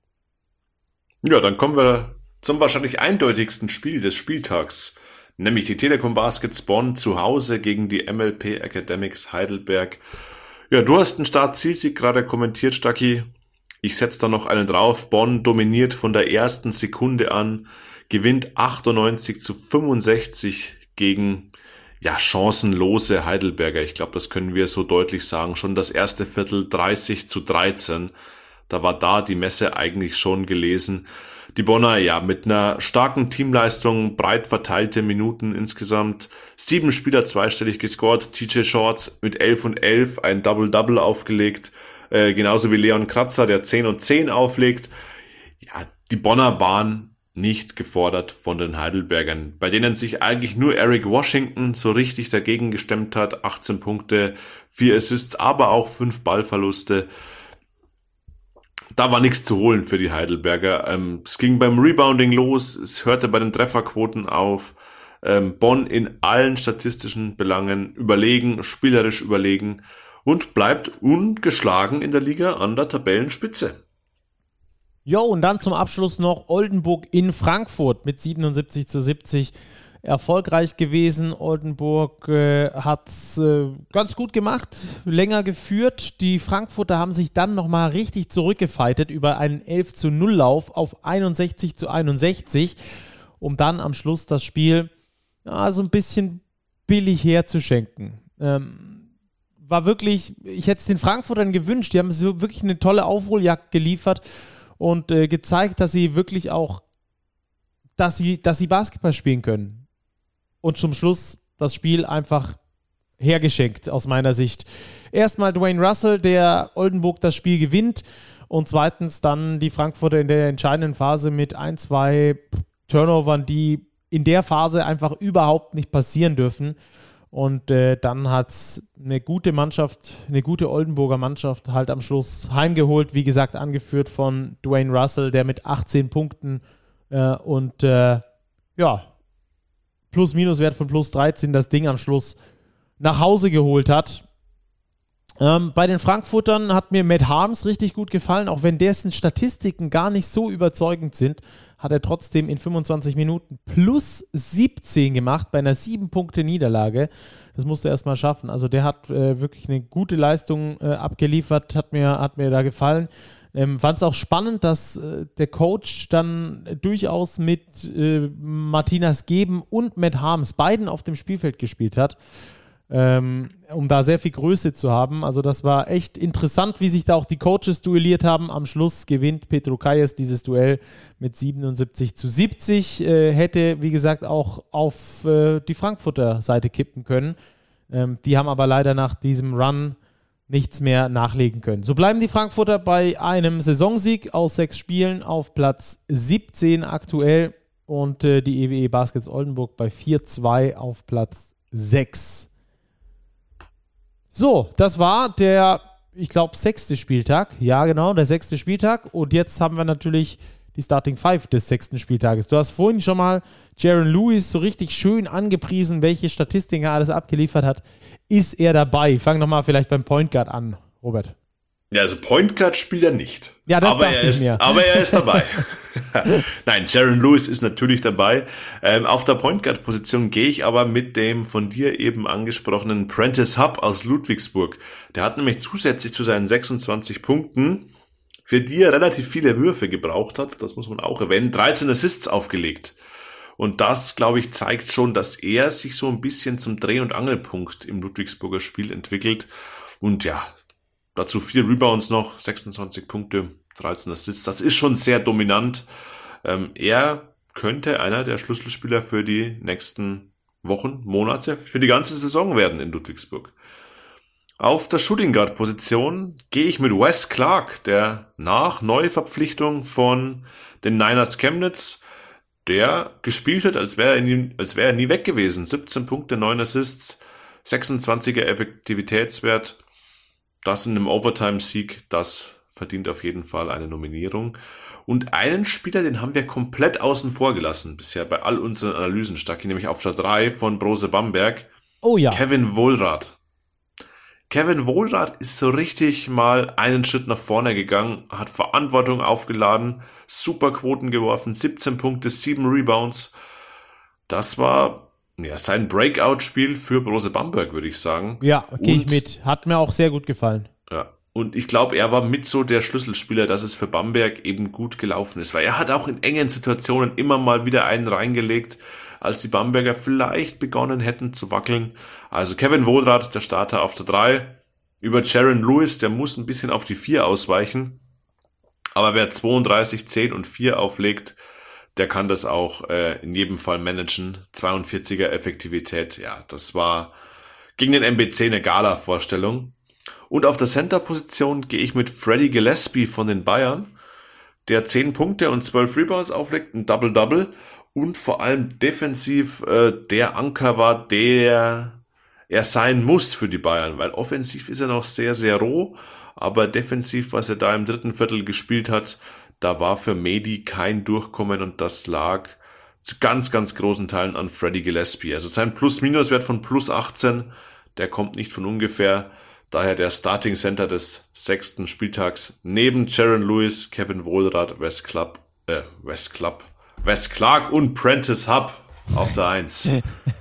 Ja, dann kommen wir zum wahrscheinlich eindeutigsten Spiel des Spieltags, nämlich die Telekom Baskets Bonn zu Hause gegen die M L P Academics Heidelberg. Ja, du hast den Start-Zielsieg gerade kommentiert, Stacki. Ich setze da noch einen drauf. Bonn dominiert von der ersten Sekunde an, gewinnt achtundneunzig zu fünfundsechzig gegen ja chancenlose Heidelberger. Ich glaube, das können wir so deutlich sagen. Schon das erste Viertel dreißig zu dreizehn. Da war da die Messe eigentlich schon gelesen. Die Bonner, ja, mit einer starken Teamleistung, breit verteilte Minuten insgesamt. Sieben Spieler zweistellig gescored. T J Shorts mit elf und elf, ein Double-Double aufgelegt. Äh, genauso wie Leon Kratzer, der zehn und zehn auflegt. Ja, die Bonner waren nicht gefordert von den Heidelbergern, bei denen sich eigentlich nur Eric Washington so richtig dagegen gestemmt hat. achtzehn Punkte, vier Assists, aber auch fünf Ballverluste. da war nichts zu holen für die Heidelberger. Ähm, es ging beim Rebounding los, es hörte bei den Trefferquoten auf. Ähm, Bonn in allen statistischen Belangen überlegen, spielerisch überlegen und bleibt ungeschlagen in der Liga an der Tabellenspitze.
Jo, und dann zum Abschluss noch Oldenburg in Frankfurt mit siebenundsiebzig zu siebzig erfolgreich gewesen. Oldenburg äh, hat es äh, ganz gut gemacht, länger geführt. Die Frankfurter haben sich dann nochmal richtig zurückgefeitet über einen elf zu null Lauf auf einundsechzig zu einundsechzig, um dann am Schluss das Spiel ja, so ein bisschen billig herzuschenken. Ähm, war wirklich, ich hätte es den Frankfurtern gewünscht, die haben so wirklich eine tolle Aufholjagd geliefert und äh, gezeigt, dass sie wirklich auch, dass sie, dass sie Basketball spielen können. Und zum Schluss das Spiel einfach hergeschenkt, aus meiner Sicht. Erstmal Dwayne Russell, der Oldenburg das Spiel gewinnt, und zweitens dann die Frankfurter in der entscheidenden Phase mit ein, zwei Turnovern, die in der Phase einfach überhaupt nicht passieren dürfen. Und äh, dann hat es eine gute Mannschaft, eine gute Oldenburger Mannschaft halt am Schluss heimgeholt. Wie gesagt, angeführt von Dwayne Russell, der mit achtzehn Punkten äh, und äh, ja, Plus-Minus-Wert von plus dreizehn das Ding am Schluss nach Hause geholt hat. Ähm, bei den Frankfurtern hat mir Matt Harms richtig gut gefallen, auch wenn dessen Statistiken gar nicht so überzeugend sind, hat er trotzdem in fünfundzwanzig Minuten plus siebzehn gemacht bei einer sieben Punkte Niederlage. Das musste er erstmal schaffen. Also der hat äh, wirklich eine gute Leistung äh, abgeliefert, hat mir, hat mir da gefallen. Ähm, fand es auch spannend, dass äh, der Coach dann durchaus mit äh, Martinas Geben und Matt Harms beiden auf dem Spielfeld gespielt hat, ähm, um da sehr viel Größe zu haben. Also das war echt interessant, wie sich da auch die Coaches duelliert haben. Am Schluss gewinnt Petro Kayes dieses Duell mit siebenundsiebzig zu siebzig. Äh, hätte, wie gesagt, auch auf äh, die Frankfurter Seite kippen können. Ähm, die haben aber leider nach diesem Run nichts mehr nachlegen können. So bleiben die Frankfurter bei einem Saisonsieg aus sechs Spielen auf Platz siebzehn aktuell und äh, die E W E Baskets Oldenburg bei vier zwei auf Platz sechs. So, das war der, ich glaube, sechste Spieltag. Ja, genau, der sechste Spieltag. Und jetzt haben wir natürlich die Starting Five des sechsten Spieltages. Du hast vorhin schon mal Jaron Lewis so richtig schön angepriesen, welche Statistiken er alles abgeliefert hat. Ist er dabei? Fang nochmal vielleicht beim Point Guard an, Robert.
Ja, also Point Guard spielt er nicht.
Ja, das
aber
dachte
er
ich
ist,
mir.
Aber er ist dabei. Nein, Jaron Lewis ist natürlich dabei. Ähm, auf der Point Guard Position gehe ich aber mit dem von dir eben angesprochenen Prentice Hubb aus Ludwigsburg. Der hat nämlich zusätzlich zu seinen sechsundzwanzig Punkten, für die er relativ viele Würfe gebraucht hat, das muss man auch erwähnen, dreizehn Assists aufgelegt. Und das, glaube ich, zeigt schon, dass er sich so ein bisschen zum Dreh- und Angelpunkt im Ludwigsburger Spiel entwickelt. Und ja, dazu vier Rebounds noch, sechsundzwanzig Punkte, dreizehn Assists. Das ist schon sehr dominant. Ähm, er könnte einer der Schlüsselspieler für die nächsten Wochen, Monate, für die ganze Saison werden in Ludwigsburg. Auf der Shooting Guard Position gehe ich mit Wes Clark, der nach Neuverpflichtung von den Niners Chemnitz, der gespielt hat, als wäre er nie, als wäre er nie weg gewesen. siebzehn Punkte, neun Assists, sechsundzwanziger Effektivitätswert. Das in einem Overtime-Sieg, das verdient auf jeden Fall eine Nominierung. Und einen Spieler, den haben wir komplett außen vor gelassen bisher bei all unseren Analysen. Stark, nämlich auf der drei von Brose Bamberg.
Oh ja.
Kevin Wohlrath. Kevin Wohlrath ist so richtig mal einen Schritt nach vorne gegangen, hat Verantwortung aufgeladen, super Quoten geworfen, siebzehn Punkte, sieben Rebounds. Das war ja sein Breakout-Spiel für Brose Bamberg, würde ich sagen.
Ja, gehe ich mit. Hat mir auch sehr gut gefallen.
Ja, und ich glaube, er war mit so der Schlüsselspieler, dass es für Bamberg eben gut gelaufen ist, weil er hat auch in engen Situationen immer mal wieder einen reingelegt, als die Bamberger vielleicht begonnen hätten zu wackeln. Also Kevin Wohlrath, der Starter auf der drei, über Jaron Lewis, der muss ein bisschen auf die vier ausweichen, aber wer zweiunddreißig, zehn und vier auflegt, der kann das auch äh, in jedem Fall managen. zweiundvierziger Effektivität, ja, das war gegen den M B C eine Gala-Vorstellung. Und auf der Center-Position gehe ich mit Freddie Gillespie von den Bayern, der zehn Punkte und zwölf Rebounds auflegt, ein Double-Double und vor allem defensiv äh, der Anker war, der er sein muss für die Bayern, weil offensiv ist er noch sehr, sehr roh, aber defensiv, was er da im dritten Viertel gespielt hat, da war für Mehdi kein Durchkommen und das lag zu ganz, ganz großen Teilen an Freddie Gillespie. Also sein Plus-Minus-Wert von plus achtzehn, der kommt nicht von ungefähr. Daher der Starting Center des sechsten Spieltags neben Jaron Lewis, Kevin Wohlrath, Wes Club, äh, Wes Club, Wes Clark und Prentice Hub auf der eins.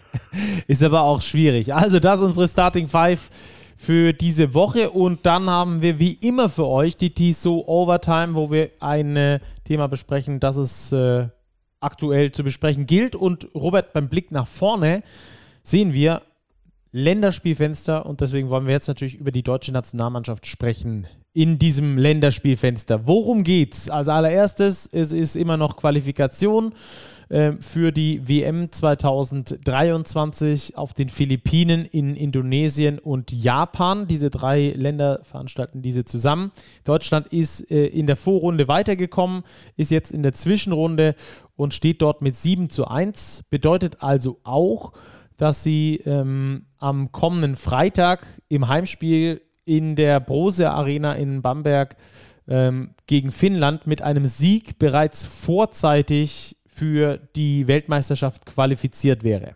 Ist aber auch schwierig. Also das ist unsere Starting Five für diese Woche und dann haben wir wie immer für euch die T S O Overtime, wo wir ein äh, Thema besprechen, das es äh, aktuell zu besprechen gilt. Und Robert, beim Blick nach vorne sehen wir Länderspielfenster und deswegen wollen wir jetzt natürlich über die deutsche Nationalmannschaft sprechen in diesem Länderspielfenster. Worum geht's? Als allererstes, es ist immer noch Qualifikation äh, für die W M zwanzig dreiundzwanzig auf den Philippinen, in Indonesien und Japan. Diese drei Länder veranstalten diese zusammen. Deutschland ist äh, in der Vorrunde weitergekommen, ist jetzt in der Zwischenrunde und steht dort mit sieben zu eins. Bedeutet also auch, dass sie ähm, am kommenden Freitag im Heimspiel in der Brose Arena in Bamberg ähm, gegen Finnland mit einem Sieg bereits vorzeitig für die Weltmeisterschaft qualifiziert wäre.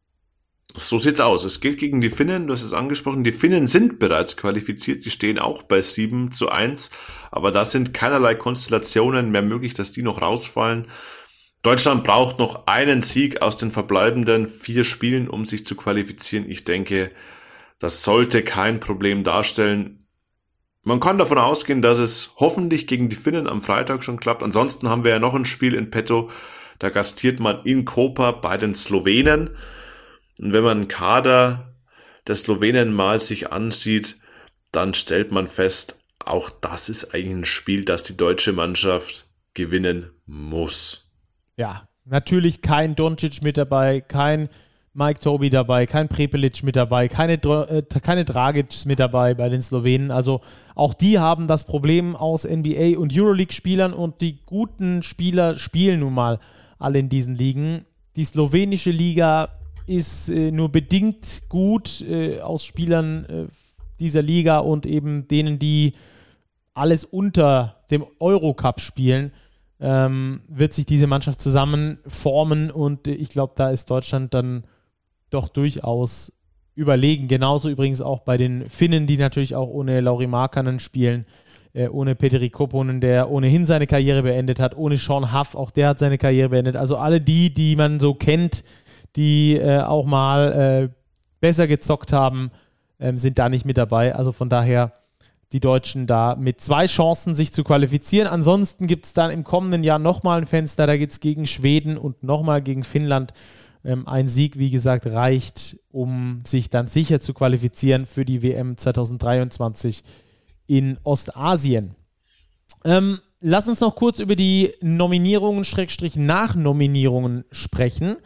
So sieht's aus. Es gilt gegen die Finnen, du hast es angesprochen, die Finnen sind bereits qualifiziert, die stehen auch bei sieben zu eins, aber da sind keinerlei Konstellationen mehr möglich, dass die noch rausfallen. Deutschland braucht noch einen Sieg aus den verbleibenden vier Spielen, um sich zu qualifizieren. Ich denke, das sollte kein Problem darstellen. Man kann davon ausgehen, dass es hoffentlich gegen die Finnen am Freitag schon klappt. Ansonsten haben wir ja noch ein Spiel in petto. Da gastiert man in Koper bei den Slowenen. Und wenn man einen Kader der Slowenen mal sich ansieht, dann stellt man fest, auch das ist eigentlich ein Spiel, das die deutsche Mannschaft gewinnen muss.
Ja, natürlich kein Doncic mit dabei, kein Mike Tobey dabei, kein Prepelic mit dabei, keine, äh, keine Dragic mit dabei bei den Slowenen. Also auch die haben das Problem aus N B A und Euroleague-Spielern und die guten Spieler spielen nun mal alle in diesen Ligen. Die slowenische Liga ist äh, nur bedingt gut äh, aus Spielern äh, dieser Liga und eben denen, die alles unter dem Eurocup spielen, ähm, wird sich diese Mannschaft zusammen formen und äh, ich glaube, da ist Deutschland dann doch durchaus überlegen. Genauso übrigens auch bei den Finnen, die natürlich auch ohne Lauri Markkanen spielen, äh, ohne Petteri Koponen, der ohnehin seine Karriere beendet hat, ohne Sean Huff, auch der hat seine Karriere beendet. Also alle die, die man so kennt, die äh, auch mal äh, besser gezockt haben, ähm, sind da nicht mit dabei. Also von daher die Deutschen da mit zwei Chancen, sich zu qualifizieren. Ansonsten gibt es dann im kommenden Jahr nochmal ein Fenster, da geht es gegen Schweden und nochmal gegen Finnland. Ähm, ein Sieg, wie gesagt, reicht, um sich dann sicher zu qualifizieren für die W M zwanzig dreiundzwanzig in Ostasien. Ähm, lass uns noch kurz über die Nominierungen, Schrägstrich Nachnominierungen sprechen.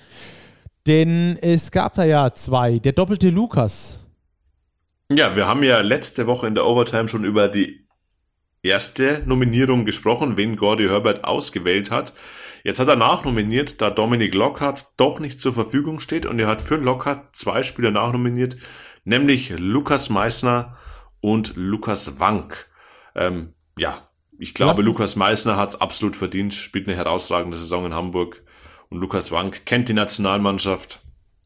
Denn es gab da ja zwei. Der doppelte Lukas.
Ja, wir haben ja letzte Woche in der Overtime schon über die erste Nominierung gesprochen, wen Gordy Herbert ausgewählt hat. Jetzt hat er nachnominiert, da Dominic Lockhart doch nicht zur Verfügung steht und er hat für Lockhart zwei Spieler nachnominiert, nämlich Lukas Meissner und Lukas Wank. Ähm, ja, ich glaube, Lassen. Lukas Meissner hat es absolut verdient, spielt eine herausragende Saison in Hamburg und Lukas Wank kennt die Nationalmannschaft.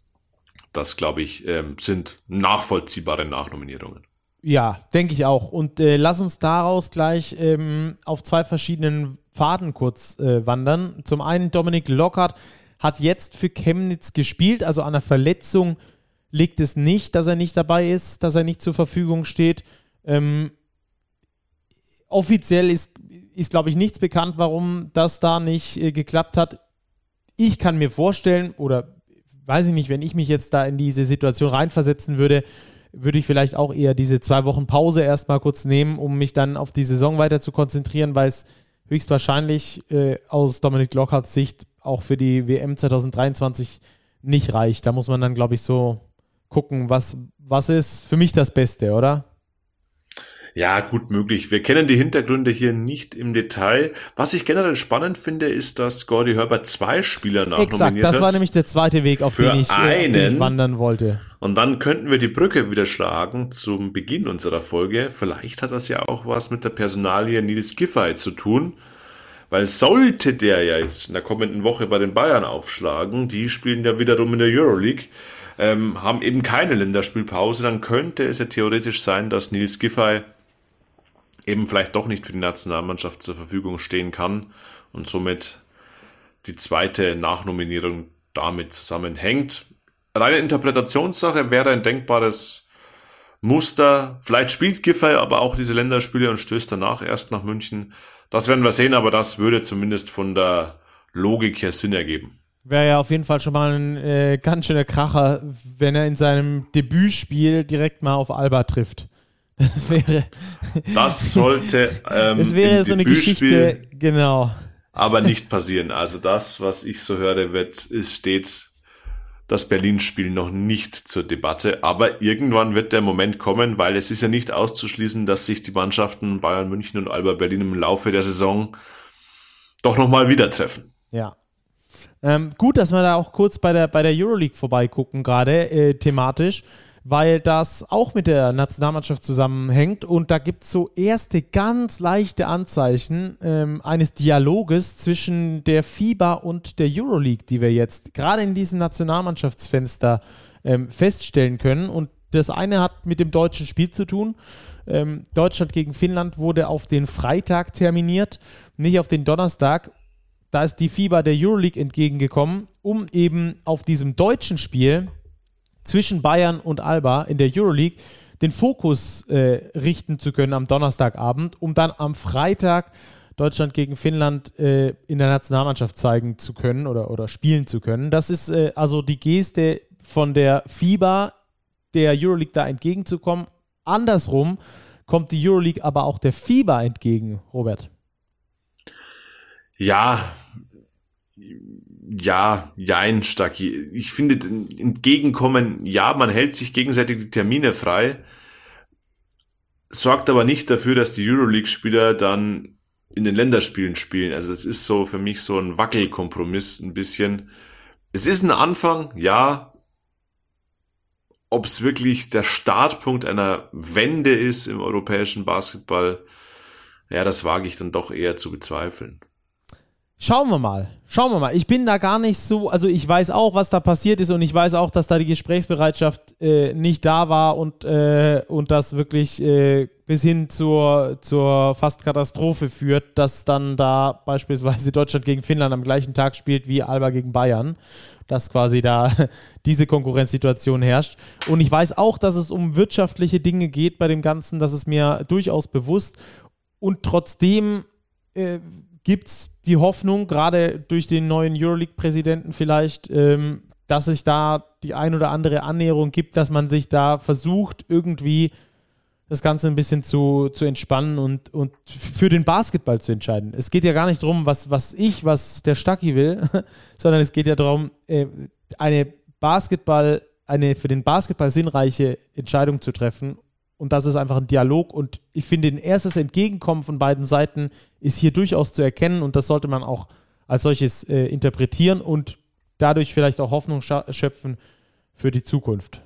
Das, glaube ich, ähm, sind nachvollziehbare Nachnominierungen.
Ja, denke ich auch. Und äh, lass uns daraus gleich ähm, auf zwei verschiedenen Pfaden kurz äh, wandern. Zum einen, Dominic Lockhart hat jetzt für Chemnitz gespielt, also an einer Verletzung liegt es nicht, dass er nicht dabei ist, dass er nicht zur Verfügung steht. Ähm, offiziell ist, ist glaube ich, nichts bekannt, warum das da nicht äh, geklappt hat. Ich kann mir vorstellen, oder weiß ich nicht, wenn ich mich jetzt da in diese Situation reinversetzen würde, würde ich vielleicht auch eher diese zwei Wochen Pause erstmal kurz nehmen, um mich dann auf die Saison weiter zu konzentrieren, weil es höchstwahrscheinlich äh, aus Dominic Lockharts Sicht auch für die W M zwanzig dreiundzwanzig nicht reicht. Da muss man dann, glaube ich, so gucken, was, was ist für mich das Beste, oder?
Ja, gut möglich. Wir kennen die Hintergründe hier nicht im Detail. Was ich generell spannend finde, ist, dass Gordy Herbert zwei Spieler nachnominiert hat.
Exakt, das war nämlich der zweite Weg, auf den ich, äh, auf den ich wandern wollte.
Und dann könnten wir die Brücke wieder schlagen zum Beginn unserer Folge. Vielleicht hat das ja auch was mit der Personalie Nils Giffey zu tun. Weil sollte der ja jetzt in der kommenden Woche bei den Bayern aufschlagen, die spielen ja wiederum in der Euroleague, ähm, haben eben keine Länderspielpause, dann könnte es ja theoretisch sein, dass Nils Giffey eben vielleicht doch nicht für die Nationalmannschaft zur Verfügung stehen kann und somit die zweite Nachnominierung damit zusammenhängt. Reine Interpretationssache wäre ein denkbares Muster. Vielleicht spielt Giffey aber auch diese Länderspiele und stößt danach erst nach München. Das werden wir sehen, aber das würde zumindest von der Logik her Sinn ergeben.
Wäre ja auf jeden Fall schon mal ein äh, ganz schöner Kracher, wenn er in seinem Debütspiel direkt mal auf Alba trifft. Das wäre...
Das sollte ähm,
das wäre so eine Geschichte, genau.
Aber nicht passieren. Also das, was ich so höre, wird, es steht das Berlin-Spiel noch nicht zur Debatte. Aber irgendwann wird der Moment kommen, weil es ist ja nicht auszuschließen, dass sich die Mannschaften Bayern München und Alba Berlin im Laufe der Saison doch nochmal wieder treffen.
Ja. Ähm, gut, dass wir da auch kurz bei der, bei der Euroleague vorbeigucken, gerade äh, thematisch, weil das auch mit der Nationalmannschaft zusammenhängt und da gibt es so erste ganz leichte Anzeichen ähm, eines Dialoges zwischen der FIBA und der Euroleague, die wir jetzt gerade in diesem Nationalmannschaftsfenster ähm, feststellen können. Und das eine hat mit dem deutschen Spiel zu tun. Ähm, Deutschland gegen Finnland wurde auf den Freitag terminiert, nicht auf den Donnerstag. Da ist die FIBA der Euroleague entgegengekommen, um eben auf diesem deutschen Spiel zwischen Bayern und Alba in der Euroleague den Fokus äh, richten zu können am Donnerstagabend, um dann am Freitag Deutschland gegen Finnland äh, in der Nationalmannschaft zeigen zu können oder, oder spielen zu können. Das ist äh, also die Geste von der FIBA, der Euroleague da entgegenzukommen. Andersrum kommt die Euroleague aber auch der FIBA entgegen, Robert.
Ja, Ja, jein, Stacki. Ich finde, entgegenkommen, ja, man hält sich gegenseitig die Termine frei, sorgt aber nicht dafür, dass die Euroleague-Spieler dann in den Länderspielen spielen. Also das ist so für mich so ein Wackelkompromiss ein bisschen. Es ist ein Anfang, ja. Ob es wirklich der Startpunkt einer Wende ist im europäischen Basketball, ja, das wage ich dann doch eher zu bezweifeln.
Schauen wir mal, schauen wir mal. Ich bin da gar nicht so, also ich weiß auch, was da passiert ist und ich weiß auch, dass da die Gesprächsbereitschaft äh, nicht da war und, äh, und das wirklich äh, bis hin zur, zur fast Katastrophe führt, dass dann da beispielsweise Deutschland gegen Finnland am gleichen Tag spielt wie Alba gegen Bayern, dass quasi da diese Konkurrenzsituation herrscht. Und ich weiß auch, dass es um wirtschaftliche Dinge geht bei dem Ganzen, das ist mir durchaus bewusst und trotzdem äh, gibt es die Hoffnung, gerade durch den neuen Euroleague-Präsidenten vielleicht, ähm, dass sich da die ein oder andere Annäherung gibt, dass man sich da versucht, irgendwie das Ganze ein bisschen zu, zu entspannen und, und für den Basketball zu entscheiden. Es geht ja gar nicht darum, was, was ich, was der Stacki will, sondern es geht ja darum, äh, eine Basketball, eine für den Basketball sinnreiche Entscheidung zu treffen. Und das ist einfach ein Dialog und ich finde, ein erstes Entgegenkommen von beiden Seiten ist hier durchaus zu erkennen und das sollte man auch als solches äh, interpretieren und dadurch vielleicht auch Hoffnung scha- schöpfen für die Zukunft.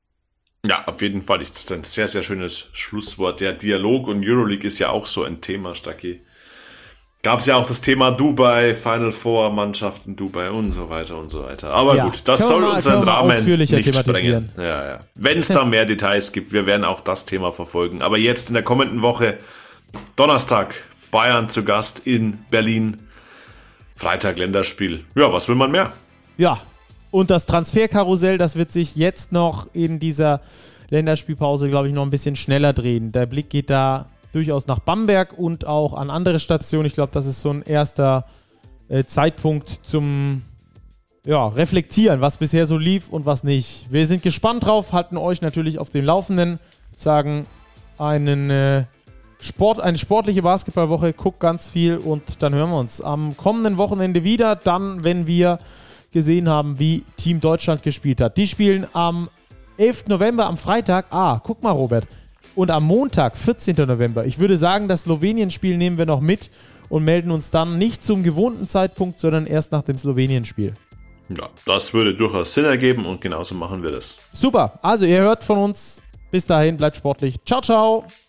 Ja, auf jeden Fall. Das ist ein sehr, sehr schönes Schlusswort. Der Dialog und Euroleague ist ja auch so ein Thema, Stacki. Gab es ja auch das Thema Dubai, Final Four, Mannschaften Dubai und so weiter und so weiter. Aber ja, gut, das soll mal, unseren Rahmen nicht sprengen. Ja, ja. Wenn es da mehr Details gibt, wir werden auch das Thema verfolgen. Aber jetzt in der kommenden Woche, Donnerstag, Bayern zu Gast in Berlin. Freitag Länderspiel. Ja, was will man mehr?
Ja, und das Transferkarussell, das wird sich jetzt noch in dieser Länderspielpause, glaube ich, noch ein bisschen schneller drehen. Der Blick geht da durchaus nach Bamberg und auch an andere Stationen. Ich glaube, das ist so ein erster äh, Zeitpunkt zum ja, Reflektieren, was bisher so lief und was nicht. Wir sind gespannt drauf, halten euch natürlich auf dem Laufenden, sagen einen, äh, Sport, eine sportliche Basketballwoche, guckt ganz viel und dann hören wir uns am kommenden Wochenende wieder, dann, wenn wir gesehen haben, wie Team Deutschland gespielt hat. Die spielen am elften November, am Freitag. Ah, guck mal, Robert. Und am Montag, vierzehnten November, ich würde sagen, das Slowenien-Spiel nehmen wir noch mit und melden uns dann nicht zum gewohnten Zeitpunkt, sondern erst nach dem Slowenien-Spiel.
Ja, das würde durchaus Sinn ergeben und genauso machen wir das.
Super, also ihr hört von uns. Bis dahin, bleibt sportlich. Ciao, ciao.